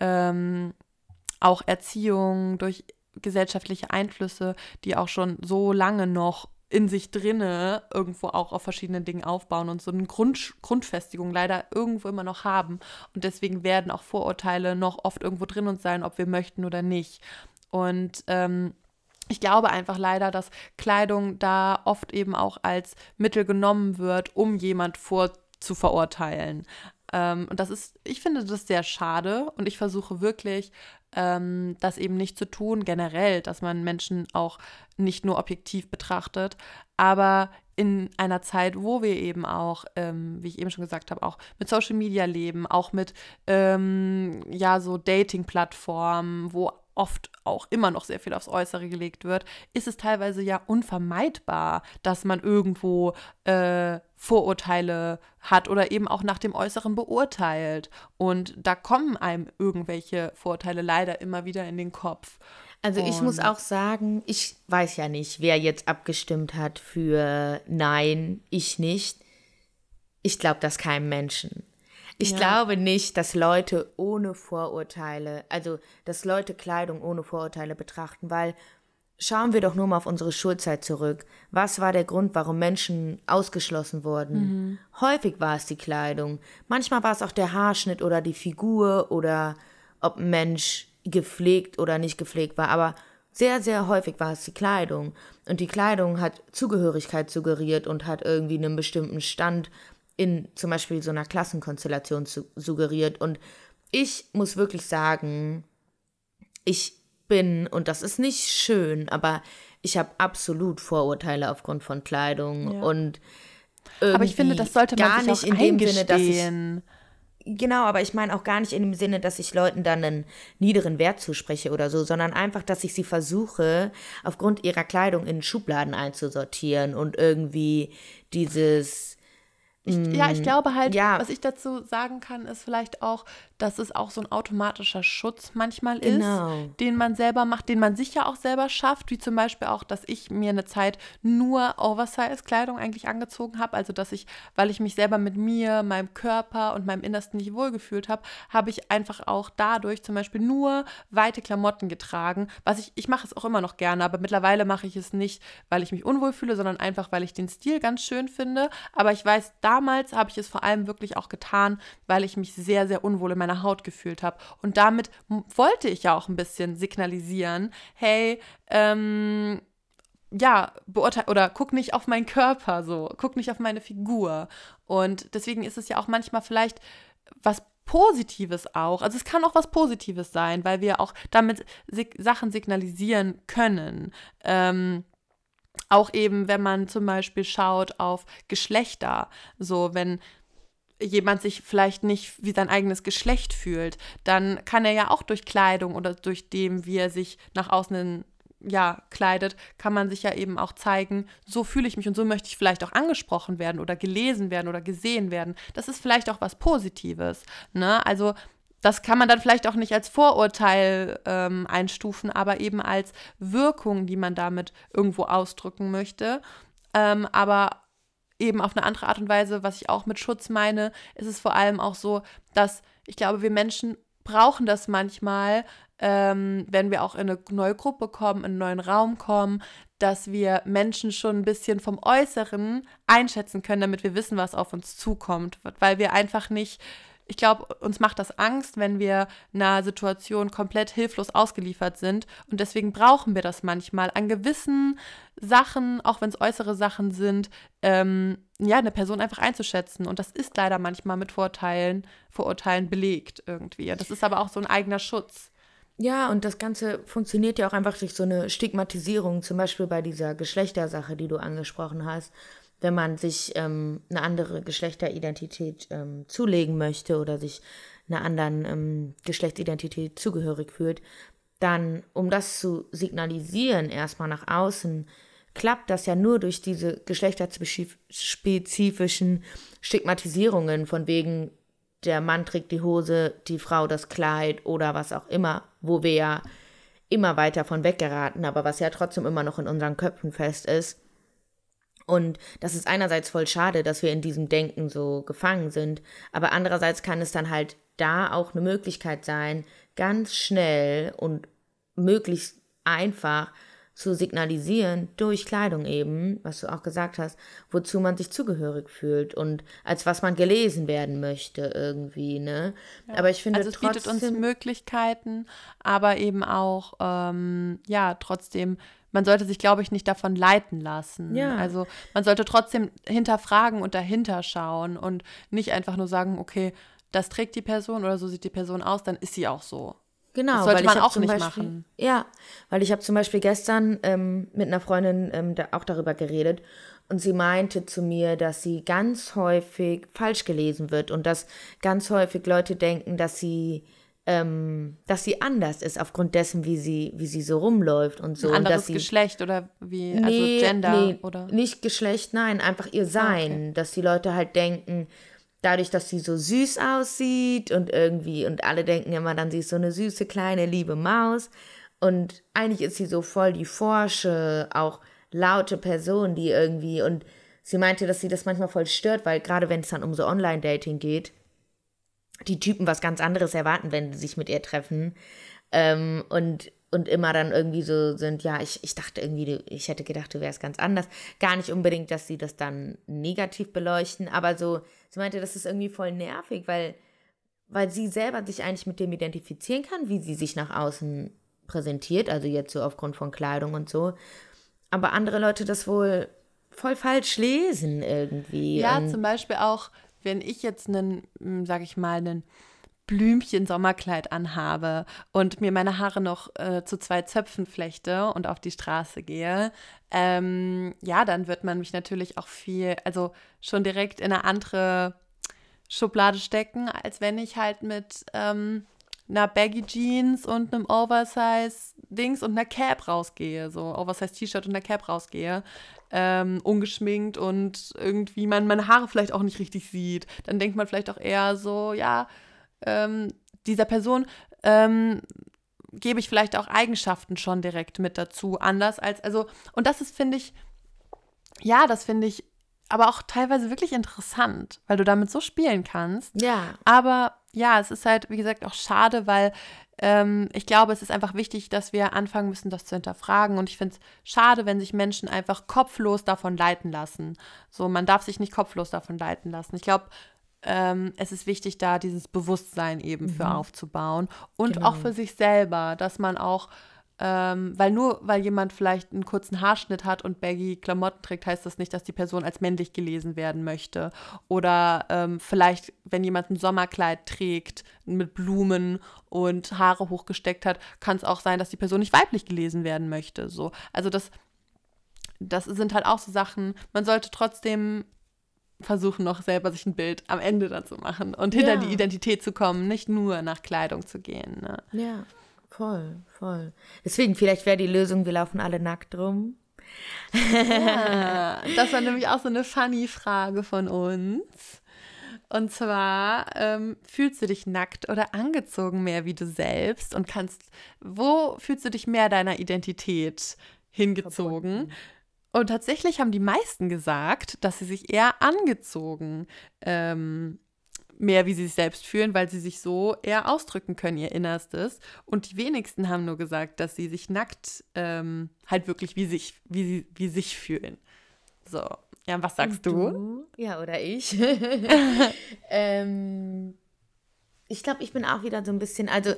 [SPEAKER 2] auch Erziehung, durch gesellschaftliche Einflüsse, die auch schon so lange noch in sich drinne irgendwo auch auf verschiedenen Dingen aufbauen und so eine Grundfestigung leider irgendwo immer noch haben. Und deswegen werden auch Vorurteile noch oft irgendwo drin uns sein, ob wir möchten oder nicht. Und ich glaube einfach leider, dass Kleidung da oft eben auch als Mittel genommen wird, um jemand zu verurteilen. Und ich finde das sehr schade und ich versuche wirklich, das eben nicht zu tun, generell, dass man Menschen auch nicht nur objektiv betrachtet, aber in einer Zeit, wo wir eben auch, wie ich eben schon gesagt habe, auch mit Social Media leben, auch mit so Dating-Plattformen, wo oft auch immer noch sehr viel aufs Äußere gelegt wird, ist es teilweise ja unvermeidbar, dass man irgendwo Vorurteile hat oder eben auch nach dem Äußeren beurteilt. Und da kommen einem irgendwelche Vorurteile leider immer wieder in den Kopf.
[SPEAKER 3] Also ich muss auch sagen, ich weiß ja nicht, wer jetzt abgestimmt hat für Nein, ich nicht. Ich glaube das keinem Menschen. Ich glaube nicht, dass Leute ohne Vorurteile, also dass Leute Kleidung ohne Vorurteile betrachten, weil schauen wir doch nur mal auf unsere Schulzeit zurück. Was war der Grund, warum Menschen ausgeschlossen wurden? Häufig war es die Kleidung. Manchmal war es auch der Haarschnitt oder die Figur oder ob ein Mensch gepflegt oder nicht gepflegt war. Aber sehr, sehr häufig war es die Kleidung. Und die Kleidung hat Zugehörigkeit suggeriert und hat irgendwie einen bestimmten Stand in zum Beispiel so einer Klassenkonstellation suggeriert. Und ich muss wirklich sagen, ich bin, und das ist nicht schön, aber ich habe absolut Vorurteile aufgrund von Kleidung und irgendwie
[SPEAKER 2] aber ich finde, das sollte man
[SPEAKER 3] gar
[SPEAKER 2] sich
[SPEAKER 3] nicht
[SPEAKER 2] auch
[SPEAKER 3] in dem Sinne, dass
[SPEAKER 2] eingestehen.
[SPEAKER 3] genau, aber ich meine auch gar nicht in dem Sinne, dass ich Leuten dann einen niederen Wert zuspreche oder so, sondern einfach, dass ich sie versuche, aufgrund ihrer Kleidung in Schubladen einzusortieren und irgendwie dieses
[SPEAKER 2] Ich glaube halt,
[SPEAKER 3] ja.
[SPEAKER 2] was ich dazu sagen kann, ist vielleicht auch, dass es auch so ein automatischer Schutz manchmal
[SPEAKER 3] Genau.
[SPEAKER 2] ist, den man selber macht, den man sich ja auch selber schafft, wie zum Beispiel auch, dass ich mir eine Zeit nur Oversize-Kleidung eigentlich angezogen habe, also dass ich, weil ich mich selber mit mir, meinem Körper und meinem Innersten nicht wohlgefühlt habe, habe ich einfach auch dadurch zum Beispiel nur weite Klamotten getragen, ich mache es auch immer noch gerne, aber mittlerweile mache ich es nicht, weil ich mich unwohl fühle, sondern einfach, weil ich den Stil ganz schön finde, aber ich weiß, damals habe ich es vor allem wirklich auch getan, weil ich mich sehr, sehr unwohl in meiner Haut gefühlt habe. Und damit wollte ich ja auch ein bisschen signalisieren, hey, ja, beurteile oder guck nicht auf meinen Körper so, guck nicht auf meine Figur. Und deswegen ist es ja auch manchmal vielleicht was Positives auch. Also es kann auch was Positives sein, weil wir auch damit Sachen signalisieren können. Auch eben, wenn man zum Beispiel schaut auf Geschlechter, so wenn jemand sich vielleicht nicht wie sein eigenes Geschlecht fühlt, dann kann er ja auch durch Kleidung oder durch dem, wie er sich nach außen kleidet, kann man sich ja eben auch zeigen, so fühle ich mich und so möchte ich vielleicht auch angesprochen werden oder gelesen werden oder gesehen werden. Das ist vielleicht auch was Positives, ne? Also das kann man dann vielleicht auch nicht als Vorurteil einstufen, aber eben als Wirkung, die man damit irgendwo ausdrücken möchte. Aber eben auf eine andere Art und Weise, was ich auch mit Schutz meine, ist es vor allem auch so, dass ich glaube, wir Menschen brauchen das manchmal, wenn wir auch in eine neue Gruppe kommen, in einen neuen Raum kommen, dass wir Menschen schon ein bisschen vom Äußeren einschätzen können, damit wir wissen, was auf uns zukommt, weil wir einfach nicht. Ich glaube, uns macht das Angst, wenn wir einer Situation komplett hilflos ausgeliefert sind. Und deswegen brauchen wir das manchmal an gewissen Sachen, auch wenn es äußere Sachen sind, eine Person einfach einzuschätzen. Und das ist leider manchmal mit Vorurteilen belegt irgendwie. Und das ist aber auch so ein eigener Schutz.
[SPEAKER 3] Ja, und das Ganze funktioniert ja auch einfach durch so eine Stigmatisierung, zum Beispiel bei dieser Geschlechtersache, die du angesprochen hast. Wenn man sich eine andere Geschlechteridentität zulegen möchte oder sich einer anderen Geschlechtsidentität zugehörig fühlt, dann, um das zu signalisieren, erstmal nach außen, klappt das ja nur durch diese geschlechterspezifischen Stigmatisierungen, von wegen, der Mann trägt die Hose, die Frau das Kleid oder was auch immer, wo wir ja immer weiter von weggeraten, aber was ja trotzdem immer noch in unseren Köpfen fest ist. Und das ist einerseits voll schade, dass wir in diesem Denken so gefangen sind, aber andererseits kann es dann halt da auch eine Möglichkeit sein, ganz schnell und möglichst einfach zu signalisieren, durch Kleidung eben, was du auch gesagt hast, wozu man sich zugehörig fühlt und als was man gelesen werden möchte irgendwie, ne?
[SPEAKER 2] Ja.
[SPEAKER 3] Aber ich finde
[SPEAKER 2] also es bietet uns Möglichkeiten, aber eben auch, trotzdem, man sollte sich, glaube ich, nicht davon leiten lassen.
[SPEAKER 3] Ja.
[SPEAKER 2] Also man sollte trotzdem hinterfragen und dahinter schauen und nicht einfach nur sagen, okay, das trägt die Person oder so sieht die Person aus, dann ist sie auch so.
[SPEAKER 3] Genau,
[SPEAKER 2] das sollte
[SPEAKER 3] weil
[SPEAKER 2] man
[SPEAKER 3] ich
[SPEAKER 2] auch
[SPEAKER 3] zum
[SPEAKER 2] nicht
[SPEAKER 3] Beispiel,
[SPEAKER 2] machen.
[SPEAKER 3] Ja, weil ich habe zum Beispiel gestern mit einer Freundin auch darüber geredet und sie meinte zu mir, dass sie ganz häufig falsch gelesen wird und dass ganz häufig Leute denken, dass sie dass sie anders ist aufgrund dessen, wie sie so rumläuft und so.
[SPEAKER 2] Ein
[SPEAKER 3] und dass
[SPEAKER 2] anderes
[SPEAKER 3] sie,
[SPEAKER 2] Geschlecht oder wie, also Gender oder?
[SPEAKER 3] nicht Geschlecht, nein, einfach ihr Sein.
[SPEAKER 2] Okay.
[SPEAKER 3] Dass die Leute halt denken, dadurch, dass sie so süß aussieht und irgendwie, und alle denken immer dann, sie ist so eine süße, kleine, liebe Maus. Und eigentlich ist sie so voll die forsche, auch laute Person, die irgendwie, und sie meinte, dass sie das manchmal voll stört, weil gerade wenn es dann um so Online-Dating geht, die Typen was ganz anderes erwarten, wenn sie sich mit ihr treffen. Und immer dann irgendwie so sind, ja, ich dachte irgendwie, ich hätte gedacht, du wärst ganz anders. Gar nicht unbedingt, dass sie das dann negativ beleuchten, aber so, sie meinte, das ist irgendwie voll nervig, weil sie selber sich eigentlich mit dem identifizieren kann, wie sie sich nach außen präsentiert, also jetzt so aufgrund von Kleidung und so. Aber andere Leute das wohl voll falsch lesen irgendwie.
[SPEAKER 2] Ja,
[SPEAKER 3] und
[SPEAKER 2] zum Beispiel auch, wenn ich jetzt sag ich mal, einen Blümchen-Sommerkleid anhabe und mir meine Haare noch zu 2 Zöpfen flechte und auf die Straße gehe, ja, dann wird man mich natürlich auch also schon direkt in eine andere Schublade stecken, als wenn ich halt mit einer Baggy Jeans und einem Oversize-Dings und einer Cap rausgehe, so Oversize-T-Shirt und einer Cap rausgehe, ungeschminkt und irgendwie man meine Haare vielleicht auch nicht richtig sieht. Dann denkt man vielleicht auch eher so, ja, dieser Person gebe ich vielleicht auch Eigenschaften schon direkt mit dazu, anders als, also, und das ist, finde ich, aber auch teilweise wirklich interessant, weil du damit so spielen kannst.
[SPEAKER 3] ja,
[SPEAKER 2] Aber ja, es ist halt, wie gesagt, auch schade, weil ich glaube, es ist einfach wichtig, dass wir anfangen müssen, das zu hinterfragen. Und ich finde es schade, wenn sich Menschen einfach kopflos davon leiten lassen. So, man darf sich nicht kopflos davon leiten lassen. Ich glaube, es ist wichtig, da dieses Bewusstsein eben für aufzubauen. Und
[SPEAKER 3] Genau.
[SPEAKER 2] auch für sich selber, dass man auch weil jemand vielleicht einen kurzen Haarschnitt hat und baggy Klamotten trägt, heißt das nicht, dass die Person als männlich gelesen werden möchte. Oder vielleicht, wenn jemand ein Sommerkleid trägt mit Blumen und Haare hochgesteckt hat, kann es auch sein, dass die Person nicht weiblich gelesen werden möchte. So. Also das sind halt auch so Sachen, man sollte trotzdem versuchen, noch selber sich ein Bild am Ende dazu machen und hinter die Identität zu kommen, nicht nur nach Kleidung zu gehen. Ne?
[SPEAKER 3] ja, voll. Deswegen, vielleicht wäre die Lösung, wir laufen alle nackt rum.
[SPEAKER 2] Ja, das war nämlich auch so eine funny Frage von uns. Und zwar, fühlst du dich nackt oder angezogen mehr wie du selbst und wo fühlst du dich mehr deiner Identität hingezogen? Und tatsächlich haben die meisten gesagt, dass sie sich eher angezogen mehr wie sie sich selbst fühlen, weil sie sich so eher ausdrücken können, ihr Innerstes. Und die wenigsten haben nur gesagt, dass sie sich nackt halt wirklich wie sich fühlen. So, ja, was sagst du?
[SPEAKER 3] Ja, oder ich. Ich glaube, ich bin auch wieder so ein bisschen, also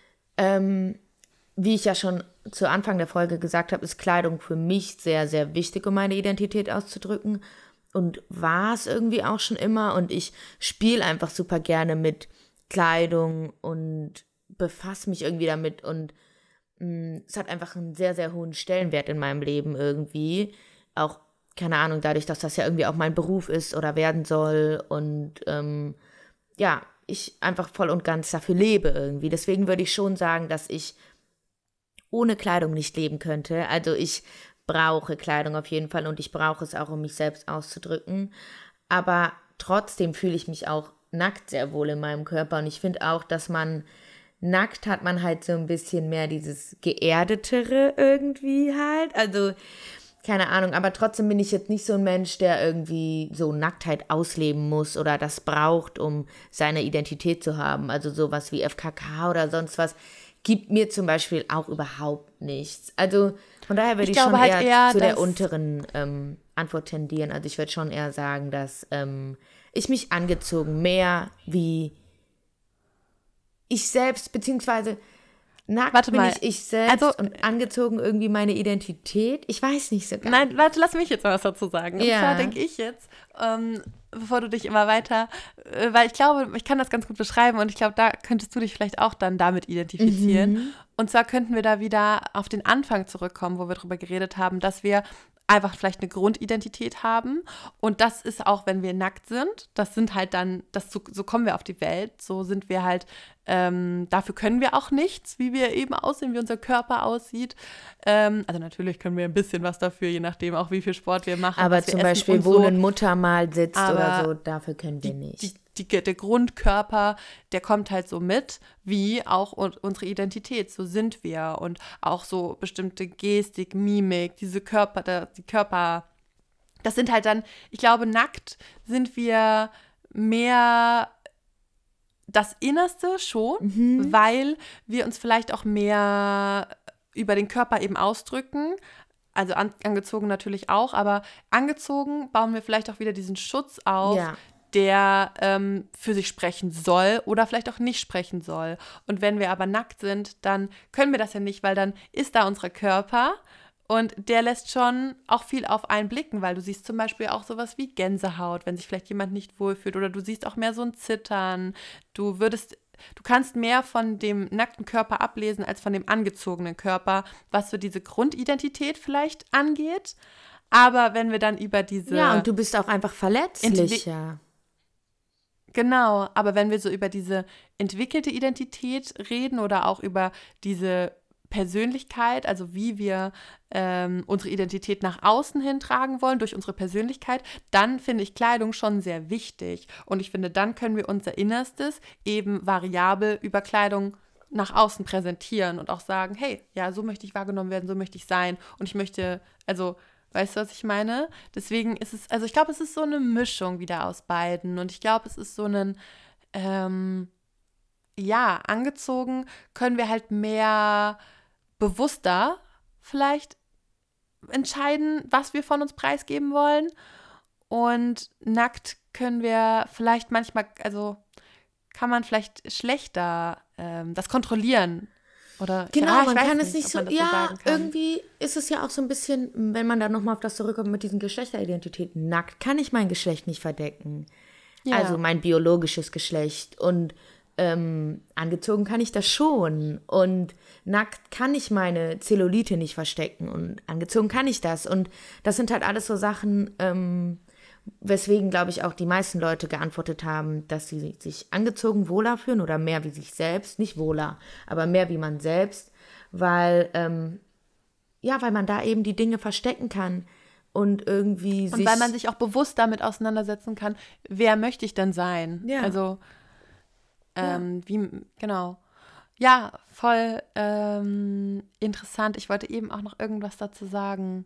[SPEAKER 3] wie ich ja schon zu Anfang der Folge gesagt habe, ist Kleidung für mich sehr, sehr wichtig, um meine Identität auszudrücken. Und war es irgendwie auch schon immer. Und ich spiele einfach super gerne mit Kleidung und befasse mich irgendwie damit. Und es hat einfach einen sehr, sehr hohen Stellenwert in meinem Leben irgendwie. Auch, keine Ahnung, dadurch, dass das ja irgendwie auch mein Beruf ist oder werden soll. Und ja, ich einfach voll und ganz dafür lebe irgendwie. Deswegen würde ich schon sagen, dass ich ohne Kleidung nicht leben könnte. Also ich brauche Kleidung auf jeden Fall und ich brauche es auch, um mich selbst auszudrücken. Aber trotzdem fühle ich mich auch nackt sehr wohl in meinem Körper. Und ich finde auch, dass nackt hat man halt so ein bisschen mehr dieses Geerdetere irgendwie halt. Also, keine Ahnung, aber trotzdem bin ich jetzt nicht so ein Mensch, der irgendwie so Nacktheit ausleben muss oder das braucht, um seine Identität zu haben. Also sowas wie FKK oder sonst was gibt mir zum Beispiel auch überhaupt nichts. Also von daher würde ich schon
[SPEAKER 2] halt
[SPEAKER 3] eher zu der unteren Antwort tendieren. Also ich würde schon eher sagen, dass ich mich angezogen mehr wie ich selbst, beziehungsweise nackt bin ich selbst und angezogen irgendwie meine Identität. Ich weiß nicht so ganz.
[SPEAKER 2] Nein, warte, lass mich jetzt mal was dazu sagen. Und
[SPEAKER 3] Ja.
[SPEAKER 2] zwar denke ich jetzt, bevor du dich immer weiter, weil ich glaube, ich kann das ganz gut beschreiben und ich glaube, da könntest du dich vielleicht auch dann damit identifizieren. Und zwar könnten wir da wieder auf den Anfang zurückkommen, wo wir darüber geredet haben, dass wir einfach vielleicht eine Grundidentität haben. Und das ist auch, wenn wir nackt sind. Das sind halt dann, so kommen wir auf die Welt. So sind wir halt, dafür können wir auch nichts, wie wir eben aussehen, wie unser Körper aussieht. Also natürlich können wir ein bisschen was dafür, je nachdem auch, wie viel Sport wir machen.
[SPEAKER 3] Aber
[SPEAKER 2] was wir
[SPEAKER 3] zum
[SPEAKER 2] essen
[SPEAKER 3] Beispiel,
[SPEAKER 2] und
[SPEAKER 3] wo
[SPEAKER 2] so.
[SPEAKER 3] eine Mutter mal sitzt
[SPEAKER 2] Aber
[SPEAKER 3] oder so, dafür können wir nicht.
[SPEAKER 2] Der Grundkörper, der kommt halt so mit, wie auch unsere Identität. So sind wir. Und auch so bestimmte Gestik, Mimik, die Körper, das sind halt dann, ich glaube, nackt sind wir mehr das Innerste schon, weil wir uns vielleicht auch mehr über den Körper eben ausdrücken. Also angezogen natürlich auch, aber angezogen bauen wir vielleicht auch wieder diesen Schutz auf,
[SPEAKER 3] Ja.
[SPEAKER 2] der für sich sprechen soll oder vielleicht auch nicht sprechen soll. Und wenn wir aber nackt sind, dann können wir das ja nicht, weil dann ist da unser Körper und der lässt schon auch viel auf einen blicken, weil du siehst zum Beispiel auch sowas wie Gänsehaut, wenn sich vielleicht jemand nicht wohlfühlt, oder du siehst auch mehr so ein Zittern. Du kannst mehr von dem nackten Körper ablesen als von dem angezogenen Körper, was so diese Grundidentität vielleicht angeht. Aber wenn wir dann über diese...
[SPEAKER 3] Ja, und du bist auch einfach verletzlicher.
[SPEAKER 2] Genau, aber wenn wir so über diese entwickelte Identität reden oder auch über diese Persönlichkeit, also wie wir unsere Identität nach außen hin tragen wollen durch unsere Persönlichkeit, dann finde ich Kleidung schon sehr wichtig. Und ich finde, dann können wir unser Innerstes eben variabel über Kleidung nach außen präsentieren und auch sagen, hey, ja, so möchte ich wahrgenommen werden, so möchte ich sein. Und ich möchte, also, weißt du, was ich meine? Deswegen ist es, also ich glaube, es ist so eine Mischung wieder aus beiden. Und ich glaube, es ist so ein, ja, angezogen können wir halt mehr bewusster vielleicht entscheiden, was wir von uns preisgeben wollen. Und nackt können wir vielleicht manchmal, also kann man vielleicht schlechter das kontrollieren. Oder
[SPEAKER 3] Genau,
[SPEAKER 2] ich
[SPEAKER 3] man
[SPEAKER 2] weiß
[SPEAKER 3] kann
[SPEAKER 2] nicht,
[SPEAKER 3] es nicht
[SPEAKER 2] ob
[SPEAKER 3] so,
[SPEAKER 2] man das so
[SPEAKER 3] ja,
[SPEAKER 2] sagen kann.
[SPEAKER 3] irgendwie ist es ja auch so ein bisschen, wenn man da nochmal auf das zurückkommt mit diesen Geschlechteridentitäten, nackt kann ich mein Geschlecht nicht verdecken.
[SPEAKER 2] Ja.
[SPEAKER 3] Also mein biologisches Geschlecht. Und angezogen kann ich das schon. Und nackt kann ich meine Zellulite nicht verstecken. Und angezogen kann ich das. Und das sind halt alles so Sachen, weswegen, glaube ich, auch die meisten Leute geantwortet haben, dass sie sich angezogen wohler fühlen oder mehr wie sich selbst. Nicht wohler, aber mehr wie man selbst. Weil, weil man da eben die Dinge verstecken kann. Und irgendwie
[SPEAKER 2] Und weil man sich auch bewusst damit auseinandersetzen kann, wer möchte ich denn sein?
[SPEAKER 3] Ja.
[SPEAKER 2] Also, genau. Ja, voll interessant. Ich wollte eben auch noch irgendwas dazu sagen.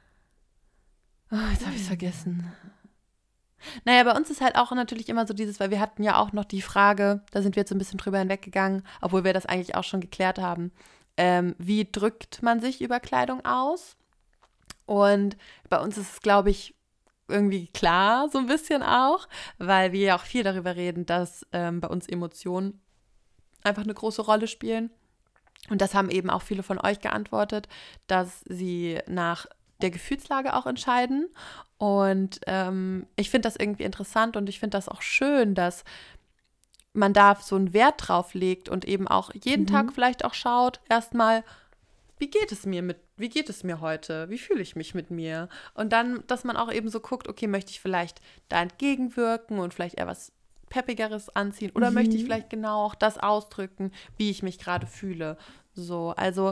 [SPEAKER 2] Oh, jetzt habe ich es vergessen. Naja, bei uns ist halt auch natürlich immer so dieses, weil wir hatten ja auch noch die Frage, da sind wir jetzt so ein bisschen drüber hinweggegangen, obwohl wir das eigentlich auch schon geklärt haben. Wie drückt man sich über Kleidung aus? Und bei uns ist es, glaube ich, irgendwie klar, so ein bisschen auch, weil wir ja auch viel darüber reden, dass bei uns Emotionen einfach eine große Rolle spielen. Und das haben eben auch viele von euch geantwortet, dass sie nach der Gefühlslage auch entscheiden. Und ich finde das irgendwie interessant und ich finde das auch schön, dass man da so einen Wert drauf legt und eben auch jeden Tag vielleicht auch schaut, erstmal, wie geht es mir heute? Wie fühle ich mich mit mir? Und dann, dass man auch eben so guckt, okay, möchte ich vielleicht da entgegenwirken und vielleicht eher was Peppigeres anziehen oder möchte ich vielleicht genau auch das ausdrücken, wie ich mich gerade fühle? So, also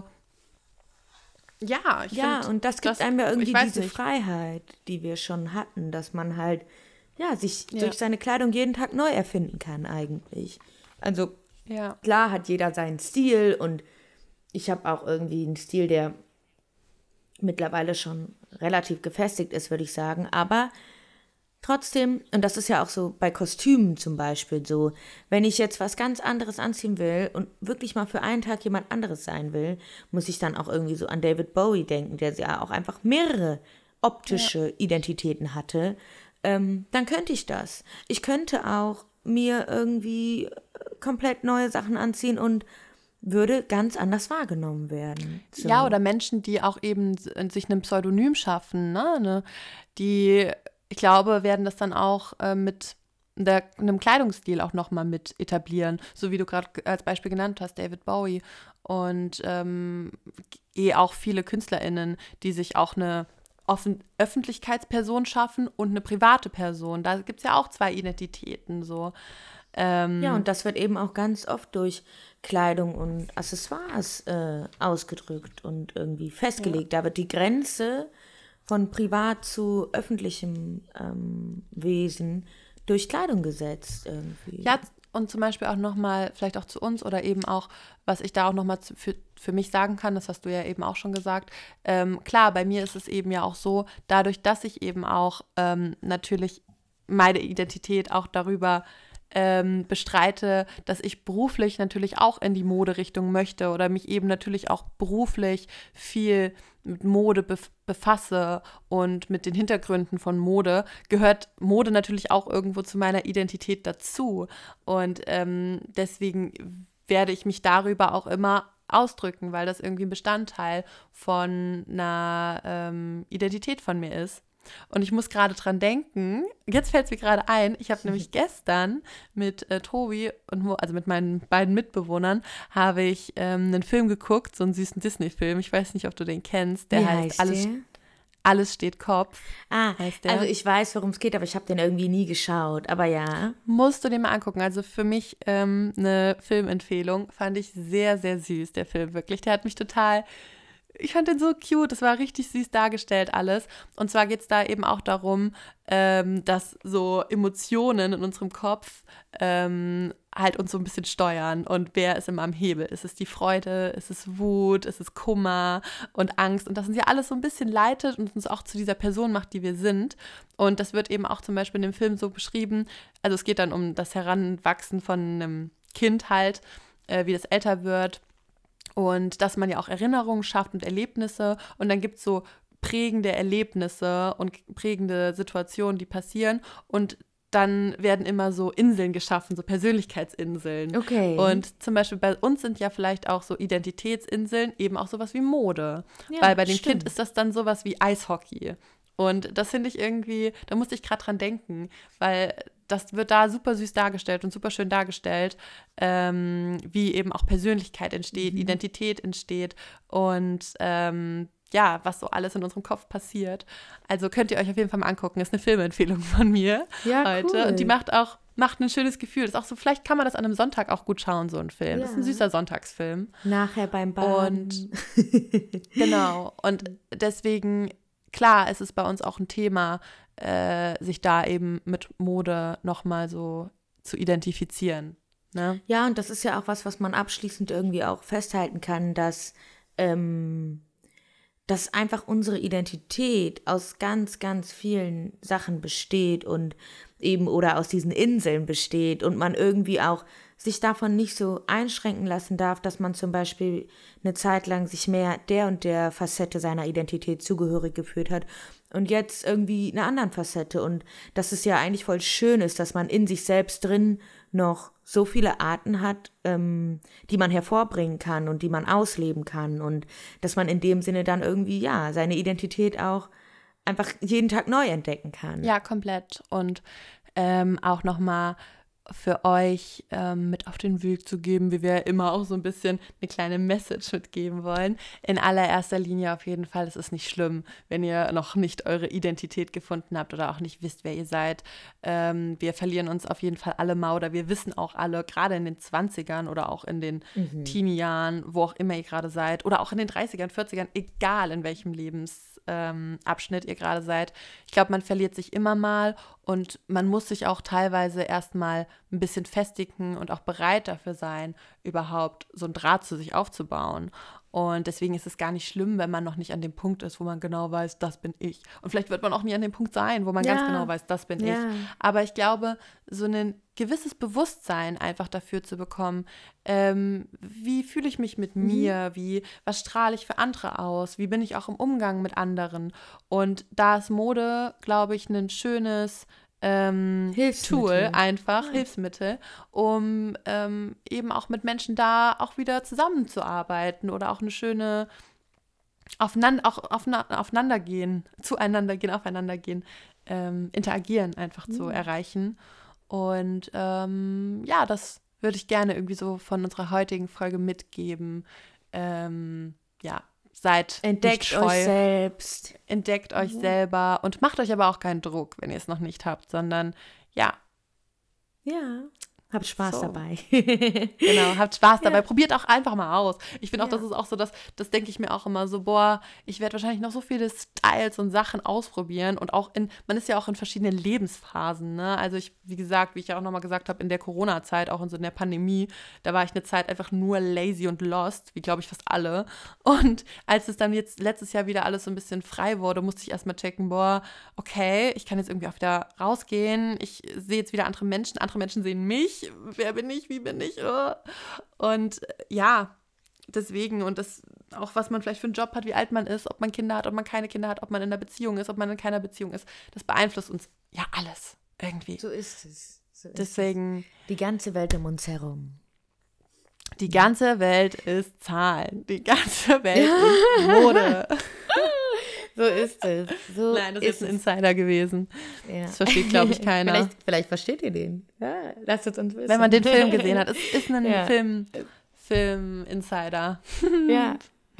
[SPEAKER 2] ja, ich finde,
[SPEAKER 3] und das gibt einem ja irgendwie
[SPEAKER 2] ich weiß
[SPEAKER 3] diese
[SPEAKER 2] nicht.
[SPEAKER 3] Freiheit, die wir schon hatten, dass man halt, sich
[SPEAKER 2] Ja.
[SPEAKER 3] durch seine Kleidung jeden Tag neu erfinden kann eigentlich. Also
[SPEAKER 2] Ja.
[SPEAKER 3] klar hat jeder seinen Stil und ich habe auch irgendwie einen Stil, der mittlerweile schon relativ gefestigt ist, würde ich sagen, aber trotzdem, und das ist ja auch so bei Kostümen zum Beispiel so, wenn ich jetzt was ganz anderes anziehen will und wirklich mal für einen Tag jemand anderes sein will, muss ich dann auch irgendwie so an David Bowie denken, der ja auch einfach mehrere optische Identitäten hatte. Dann könnte ich das. Ich könnte auch mir irgendwie komplett neue Sachen anziehen und würde ganz anders wahrgenommen werden. So.
[SPEAKER 2] Ja, oder Menschen, die auch eben sich ein Pseudonym schaffen, ne? Die, ich glaube, werden das dann auch mit einem Kleidungsstil auch nochmal mit etablieren, so wie du gerade als Beispiel genannt hast, David Bowie. Und auch viele KünstlerInnen, die sich auch eine Öffentlichkeitsperson schaffen und eine private Person. Da gibt es ja auch 2 Identitäten so.
[SPEAKER 3] Ja, und das wird eben auch ganz oft durch Kleidung und Accessoires ausgedrückt und irgendwie festgelegt. Da wird die Grenze von privat zu öffentlichem Wesen durch Kleidung gesetzt irgendwie.
[SPEAKER 2] Ja, und zum Beispiel auch nochmal, vielleicht auch zu uns oder eben auch, was ich da auch nochmal für mich sagen kann, das hast du ja eben auch schon gesagt. Klar, bei mir ist es eben ja auch so, dadurch, dass ich eben auch natürlich meine Identität auch darüber bestreite, dass ich beruflich natürlich auch in die Moderichtung möchte oder mich eben natürlich auch beruflich viel mit Mode befasse und mit den Hintergründen von Mode, gehört Mode natürlich auch irgendwo zu meiner Identität dazu. Und deswegen werde ich mich darüber auch immer ausdrücken, weil das irgendwie ein Bestandteil von einer Identität von mir ist. Und ich muss gerade dran denken, jetzt fällt es mir gerade ein, ich habe nämlich gestern mit Tobi und also mit meinen beiden Mitbewohnern, habe ich einen Film geguckt, so einen süßen Disney-Film, ich weiß nicht, ob du den kennst, der heißt Alles steht Kopf. Heißt der.
[SPEAKER 3] Also ich weiß, worum es geht, aber ich habe den irgendwie nie geschaut, aber ja.
[SPEAKER 2] Musst du den mal angucken, also für mich eine Filmempfehlung, fand ich sehr, sehr süß, der Film wirklich, der hat mich total... Ich fand den so cute, das war richtig süß dargestellt alles. Und zwar geht es da eben auch darum, dass so Emotionen in unserem Kopf halt uns so ein bisschen steuern. Und wer ist immer am Hebel? Ist es die Freude? Ist es Wut? Ist es Kummer und Angst? Und das uns ja alles so ein bisschen leitet und uns auch zu dieser Person macht, die wir sind. Und das wird eben auch zum Beispiel in dem Film so beschrieben. Also es geht dann um das Heranwachsen von einem Kind halt, wie das älter wird. Und dass man ja auch Erinnerungen schafft und Erlebnisse. Und dann gibt es so prägende Erlebnisse und prägende Situationen, die passieren. Und dann werden immer so Inseln geschaffen, so Persönlichkeitsinseln.
[SPEAKER 3] Okay.
[SPEAKER 2] Und zum Beispiel bei uns sind ja vielleicht auch so Identitätsinseln eben auch sowas wie Mode.
[SPEAKER 3] Ja,
[SPEAKER 2] Weil bei dem
[SPEAKER 3] stimmt.
[SPEAKER 2] Kind ist das dann sowas wie Eishockey. Und das finde ich irgendwie, da musste ich gerade dran denken, weil das wird da super süß dargestellt und super schön dargestellt, wie eben auch Persönlichkeit entsteht, Identität entsteht und ja, was so alles in unserem Kopf passiert. Also könnt ihr euch auf jeden Fall mal angucken. Ist eine Filmempfehlung von mir heute.
[SPEAKER 3] Cool.
[SPEAKER 2] Und die macht ein schönes Gefühl. Das ist auch so, vielleicht kann man das an einem Sonntag auch gut schauen, so ein Film. Das ist ein süßer Sonntagsfilm.
[SPEAKER 3] Nachher beim Baden.
[SPEAKER 2] Und genau. Und deswegen, klar, es ist bei uns auch ein Thema, sich da eben mit Mode nochmal so zu identifizieren. Ne?
[SPEAKER 3] Ja, und das ist ja auch was man abschließend irgendwie auch festhalten kann, dass einfach unsere Identität aus ganz, ganz vielen Sachen besteht und eben oder aus diesen Inseln besteht und man irgendwie auch sich davon nicht so einschränken lassen darf, dass man zum Beispiel eine Zeit lang sich mehr der und der Facette seiner Identität zugehörig gefühlt hat und jetzt irgendwie einer anderen Facette und dass es ja eigentlich voll schön ist, dass man in sich selbst drin noch so viele Arten hat, die man hervorbringen kann und die man ausleben kann und dass man in dem Sinne dann irgendwie, ja, seine Identität auch einfach jeden Tag neu entdecken kann.
[SPEAKER 2] Ja, komplett. Und auch nochmal für euch mit auf den Weg zu geben, wie wir immer auch so ein bisschen eine kleine Message mitgeben wollen. In allererster Linie auf jeden Fall, es ist nicht schlimm, wenn ihr noch nicht eure Identität gefunden habt oder auch nicht wisst, wer ihr seid. Wir verlieren uns auf jeden Fall alle mal oder wir wissen auch alle, gerade in den 20ern oder auch in den Teenie-Jahren, wo auch immer ihr gerade seid oder auch in den 30ern, 40ern, egal in welchem Lebensabschnitt ihr gerade seid. Ich glaube, man verliert sich immer mal und man muss sich auch teilweise erstmal ein bisschen festigen und auch bereit dafür sein, überhaupt so einen Draht zu sich aufzubauen. Und deswegen ist es gar nicht schlimm, wenn man noch nicht an dem Punkt ist, wo man genau weiß, das bin ich. Und vielleicht wird man auch nie an dem Punkt sein, wo man ganz genau weiß, das bin ich. Aber ich glaube, so ein gewisses Bewusstsein einfach dafür zu bekommen, wie fühle ich mich mit mir, was strahle ich für andere aus, wie bin ich auch im Umgang mit anderen. Und da ist Mode, glaube ich, ein schönes Tool, einfach, Hilfsmittel, um eben auch mit Menschen da auch wieder zusammenzuarbeiten oder auch eine schöne aufeinandergehen, interagieren einfach zu erreichen. Und ja, das würde ich gerne irgendwie so von unserer heutigen Folge mitgeben. Ja, seid
[SPEAKER 3] Entdeckt
[SPEAKER 2] nicht scheu.
[SPEAKER 3] euch selbst.
[SPEAKER 2] Entdeckt euch selber und macht euch aber auch keinen Druck, wenn ihr es noch nicht habt, sondern ja,
[SPEAKER 3] Ja, habt Spaß
[SPEAKER 2] So.
[SPEAKER 3] dabei.
[SPEAKER 2] genau, habt Spaß dabei. Probiert auch einfach mal aus. Ich finde auch, das ist auch so, das denke ich mir auch immer so, boah, ich werde wahrscheinlich noch so viele Styles und Sachen ausprobieren und auch man ist ja auch in verschiedenen Lebensphasen, ne? Also wie gesagt, wie ich ja auch nochmal gesagt habe, in der Corona-Zeit, auch in so in der Pandemie, da war ich eine Zeit einfach nur lazy und lost, wie glaube ich fast alle. Und als es dann jetzt letztes Jahr wieder alles so ein bisschen frei wurde, musste ich erstmal checken, boah, okay, ich kann jetzt irgendwie auch wieder rausgehen, ich sehe jetzt wieder andere Menschen sehen mich, wer bin ich, wie bin ich, Und ja, deswegen und das auch, was man vielleicht für einen Job hat, wie alt man ist, ob man Kinder hat, ob man keine Kinder hat, ob man in einer Beziehung ist, ob man in keiner Beziehung ist, das beeinflusst uns ja alles irgendwie.
[SPEAKER 3] So ist es.
[SPEAKER 2] Deswegen,
[SPEAKER 3] Die ganze Welt um uns herum.
[SPEAKER 2] die ganze Welt ist Zahlen, die ganze Welt ist Mode.
[SPEAKER 3] So ist es. So
[SPEAKER 2] Nein, das ist ein Insider gewesen.
[SPEAKER 3] Ja.
[SPEAKER 2] Das versteht, glaube ich, keiner.
[SPEAKER 3] Vielleicht versteht ihr den. Ja, lasst es uns wissen.
[SPEAKER 2] Wenn man den Film gesehen hat. Es ist ein
[SPEAKER 3] Ja.
[SPEAKER 2] Film-Insider.
[SPEAKER 3] Ja.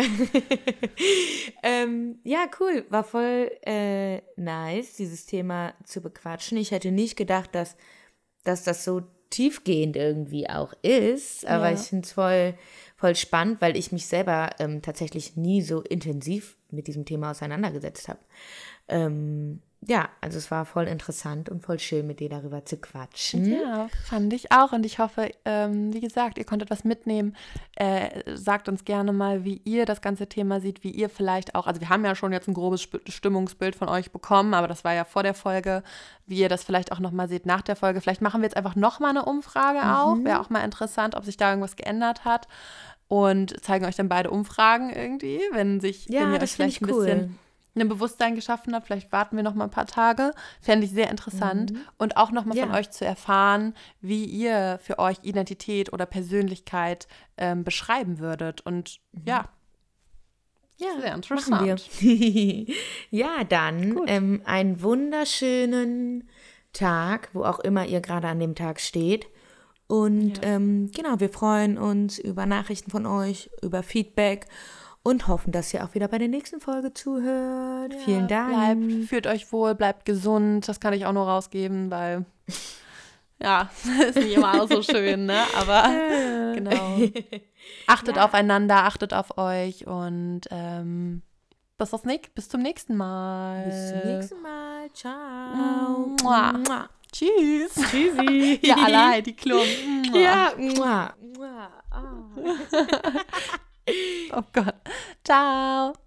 [SPEAKER 3] Ja, cool. War voll nice, dieses Thema zu bequatschen. Ich hätte nicht gedacht, dass das so tiefgehend irgendwie auch ist. Aber
[SPEAKER 2] Ja.
[SPEAKER 3] ich finde es voll spannend, weil ich mich selber tatsächlich nie so intensiv mit diesem Thema auseinandergesetzt habe. Ja, also es war voll interessant und voll schön, mit dir darüber zu quatschen.
[SPEAKER 2] Ja, fand ich auch. Und ich hoffe, wie gesagt, ihr konntet was mitnehmen. Sagt uns gerne mal, wie ihr das ganze Thema seht, wie ihr vielleicht auch, also wir haben ja schon jetzt ein grobes Stimmungsbild von euch bekommen, aber das war ja vor der Folge, wie ihr das vielleicht auch nochmal seht nach der Folge. Vielleicht machen wir jetzt einfach nochmal eine Umfrage auch. Wäre auch mal interessant, ob sich da irgendwas geändert hat. Und zeigen euch dann beide Umfragen irgendwie, wenn ihr euch vielleicht ein bisschen ein Bewusstsein geschaffen habt. Vielleicht warten wir noch mal ein paar Tage. Fände ich sehr interessant. Und auch noch mal von euch zu erfahren, wie ihr für euch Identität oder Persönlichkeit beschreiben würdet. Und ja, sehr interessant.
[SPEAKER 3] Machen wir. Ja, dann einen wunderschönen Tag, wo auch immer ihr gerade an dem Tag steht. Und genau, wir freuen uns über Nachrichten von euch, über Feedback und hoffen, dass ihr auch wieder bei der nächsten Folge zuhört.
[SPEAKER 2] Ja,
[SPEAKER 3] Vielen Dank.
[SPEAKER 2] Fühlt euch wohl, bleibt gesund. Das kann ich auch nur rausgeben, weil ja, ist nicht immer alles so schön, ne? Aber genau. Achtet aufeinander, achtet auf euch und bis zum nächsten Mal.
[SPEAKER 3] Bis zum nächsten Mal. Ciao.
[SPEAKER 2] Mua.
[SPEAKER 3] Mua.
[SPEAKER 2] Tschüss.
[SPEAKER 3] Tschüssi.
[SPEAKER 2] Ja, alle Heidi Klum. Mua.
[SPEAKER 3] Ja. Mua. Mua. Ah.
[SPEAKER 2] Oh Gott. Ciao.